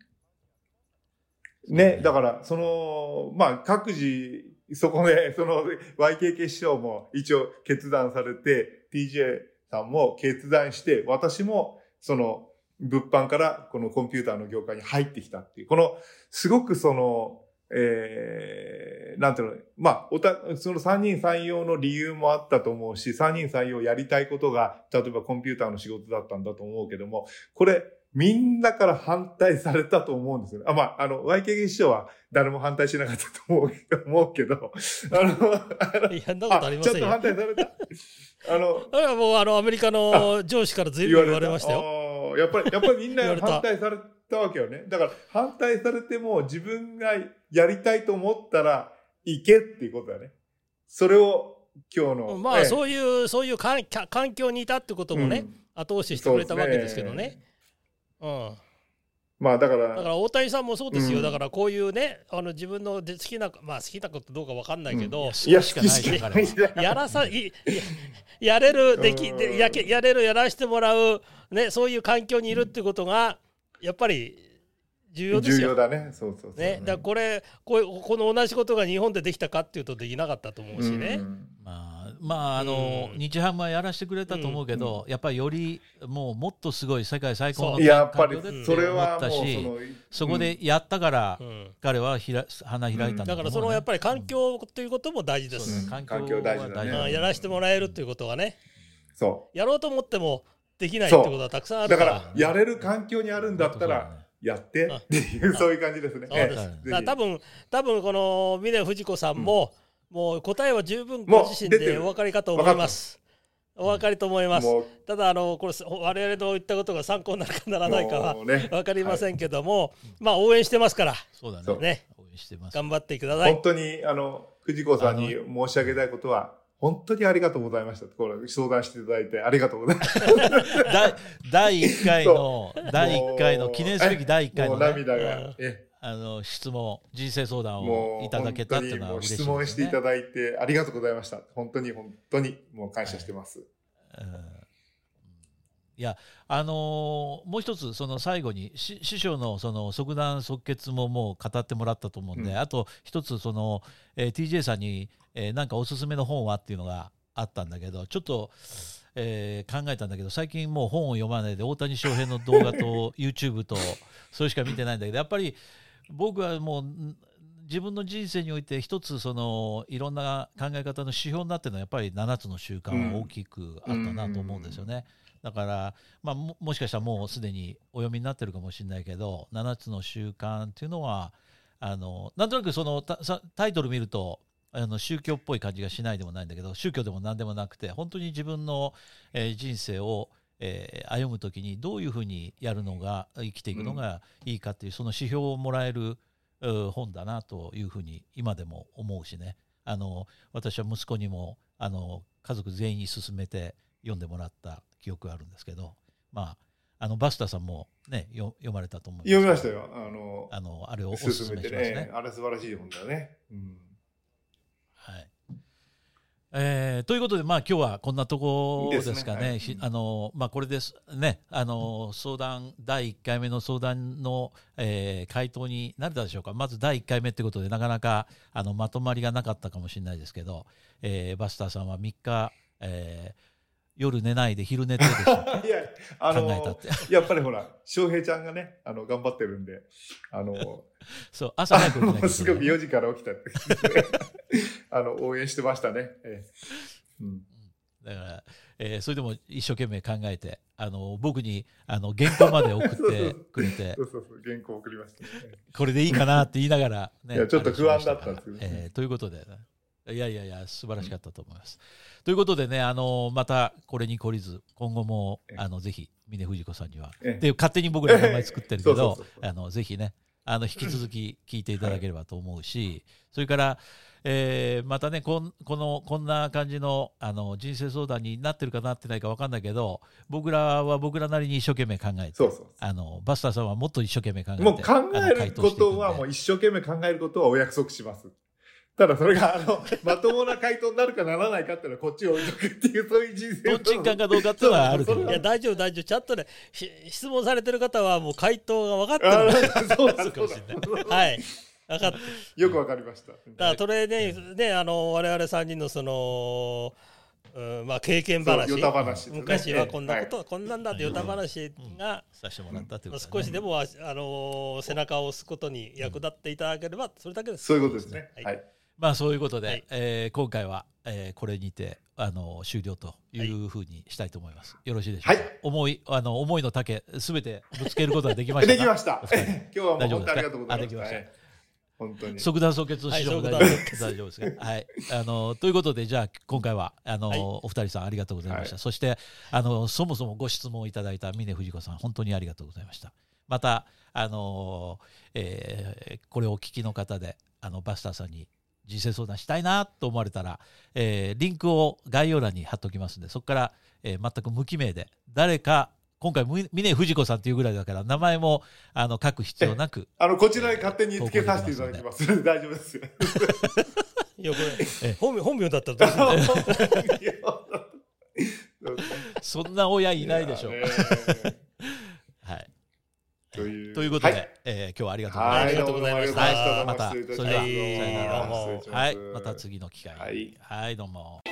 ね、だから、その、まあ、各自、そこで、その ワイケー 決勝も一応決断されて、ティージェー さんも決断して、私も、その、物販からこのコンピューターの業界に入ってきたっていう、この、すごくその、えー、なんていうの、まあ、おた、そのさんにん採用の理由もあったと思うし、さんにん採用やりたいことが、例えばコンピューターの仕事だったんだと思うけども、これ、みんなから反対されたと思うんですよね。あ、まあ、あの、ワイケー 決勝は誰も反対しなかったと思う、思うけど、あの、あのいや、そんなことありませんよ。 ちょっと反対された。あの、 あれはもう、あの、アメリカの上司から随分言われましたよ。 やっぱり、やっぱりみんな反対されたわけよね。だから、反対されても自分がやりたいと思ったら、行けっていうことだね。それを今日の。 まあ、ええ、そういう、そういう環境にいたってこともね、うん、後押ししてくれたわけですけどね。うん。 まあだから。 だから大谷さんもそうですよ。うん、だからこういうね、あの自分の好きな、まあ好きなことどうかわかんないけど、うん、 いや、しかない。 やらさ、い、やれる、でき、で、やけ、やれる、やらしてもらう、ね、そういう環境にいるってことが、やっぱり重要ですよ。 重要だね。そうそうそう。 ね、だからこれ、こう、この同じことが日本でできたかっていうとできなかったと思うしね。うん、 まあ、まあ、あの、うん、日ハムはやらせてくれたと思うけど、うん、やっぱりよりもうもっとすごい世界最高の環境でって思ったし、そこでやったから彼はひら花開いたんだと思う、ね、 だからそのやっぱり環境ということも大事です。 うん、環境大事だね。 やらせてもらえるということはね、 そうやろうと思ってもできないってことはたくさんあるから。 だからやれる環境にあるんだったらやってっていうそういう感じですね。 そうです。だから多分多分この峰不二子さんも、うん、もう答えは十分ご自身でお分かりかと思います。お分かりと思います。ただあのこれ我々の言ったことが参考になるかならないかは分かりませんけども、はい、まあ応援してますから。 そうだね。 ね、 応援してます。 頑張ってください。 本当にあの藤子さんに申し上げたいことは。本当にありがとうございました。これ相談していただいてありがとうございます。 だいいっかいのだいいっかいの記念すべきだいいっかいの、ね、 涙がえあの質問人生相談をいただけたっていうのは嬉しいですね。 質問していただいてありがとうございました。本当に本当にもう感謝してます。はい、うん、 いやあのー、もう一つその最後に師匠のその即断即決ももう語ってもらったと思うんで、うん、あと一つその、えー、ティージェー さんに、えー、なんかおすすめの本はっていうのがあったんだけどちょっと、えー、考えたんだけど最近もう本を読まないで大谷翔平の動画と YouTube とそれしか見てないんだけどやっぱり僕はもう自分の人生において一つそのいろんな考え方の指標になってるのはやっぱりななつの習慣は大きくあったなと思うんですよね。うんだから、まあ、も, もしかしたらもうすでにお読みになってるかもしれないけどななつの習慣っていうのはあのなんとなくその タ, タイトル見るとあの宗教っぽい感じがしないでもないんだけど宗教でも何でもなくて本当に自分の、えー、人生を、えー、歩むときにどういうふうにやるのが生きていくのがいいかっていう、うん、その指標をもらえる本だなというふうに今でも思うしねあの私は息子にもあの家族全員に勧めて読んでもらった記憶があるんですけど、まあ、あのバスターさんも、ね、読, 読まれたと思います。 読みましたよ。あのあのあれをお勧めしますね。 ねあれ素晴らしい本だね。うん、 はい。 えー、ということで、まあ、今日はこんなところですかね。 いいですね、はい、 あのまあ、これですね、あの相談だいいっかいめの相談の、えー、回答になれたでしょうか。まずだいいっかいめということでなかなかあのまとまりがなかったかもしれないですけど、えー、バスターさんはみっか、えー、夜寝ないで昼寝てでしたっけいや、あの考えたってやっぱりほら翔平ちゃんがねあの頑張ってるんで、あのそう朝早く起きなきゃいけない。 すぐよじから起きたってあの応援してましたね、えーうん、 だから、えー、それでも一生懸命考えてあの僕にあの原稿まで送ってくれてそうそうそう原稿送りました、ね、 これでいいかなって言いながら、ね、 いやちょっと不安だったんですけど、 えー、ということで、ね、いやいやいや素晴らしかったと思います、うん、ということでねあのまたこれに懲りず今後もあのぜひ峰不二子さんにはで勝手に僕ら名前作ってるけどあのぜひねあの引き続き聞いていただければと思うし、はい、それから、えー、またねこん、このこんな感じ の, あの人生相談になってるかなってないか分かんないけど僕らは僕らなりに一生懸命考えてそうそうそうあのバスターさんはもっと一生懸命考えてもう考えることはもう一生懸命考えることはお約束します。ただそれがあのまともな回答になるかならないかっていうのはこっちを置いとくっていうそういう人生とんちんかんかどうかっていうのはあるけどいや大丈夫大丈夫ちゃんとね質問されてる方はもう回答が分かってるそうだそうかもしれないはい分かってよく分かりました。だからそれね、ねあの我々さんにんのその、うんまあ、経験話ヨタ話、ね、 昔はこんなこと、 はい、 こんなんだってヨタ話が、 うん、させてもらったということ、ね、 少しでもあの背中を押すことに役立っていただければそれだけです。 そういうことですね。はい、はいまあそういうことで、はい、えー、今回は、えー、これにてあの終了というふうにしたいと思います。よろしいでしょうか。はい、思いあの思いの丈すべてぶつけることができましたか。 できました。今日はもう本当にありがとうございました。はい、本当に即断即決しても大丈夫ですか。はい。あのということでじゃあ今回はあの、はい、お二人さんありがとうございました。はい、そしてあのそもそもご質問をいただいた峰不二子さん本当にありがとうございました。またあの、えー、これをお聞きの方であのバスターさんに人生相談したいなと思われたら、えー、リンクを概要欄に貼っておきますのでそこから、えー、全く無記名で誰か今回峰不二子さんというぐらいだから名前もあの書く必要なくあのこちらに勝手につけさせていただきます。大丈夫ですよ。 いやこれ本名本名だったらどうするのそんな親いないでしょう。はいという、ということで、はい、えー、今日はありがとうございました。 ありがとうございました。 はい、またそれでは、 はい、 はい、また次の機会に、はい、はい、どうも。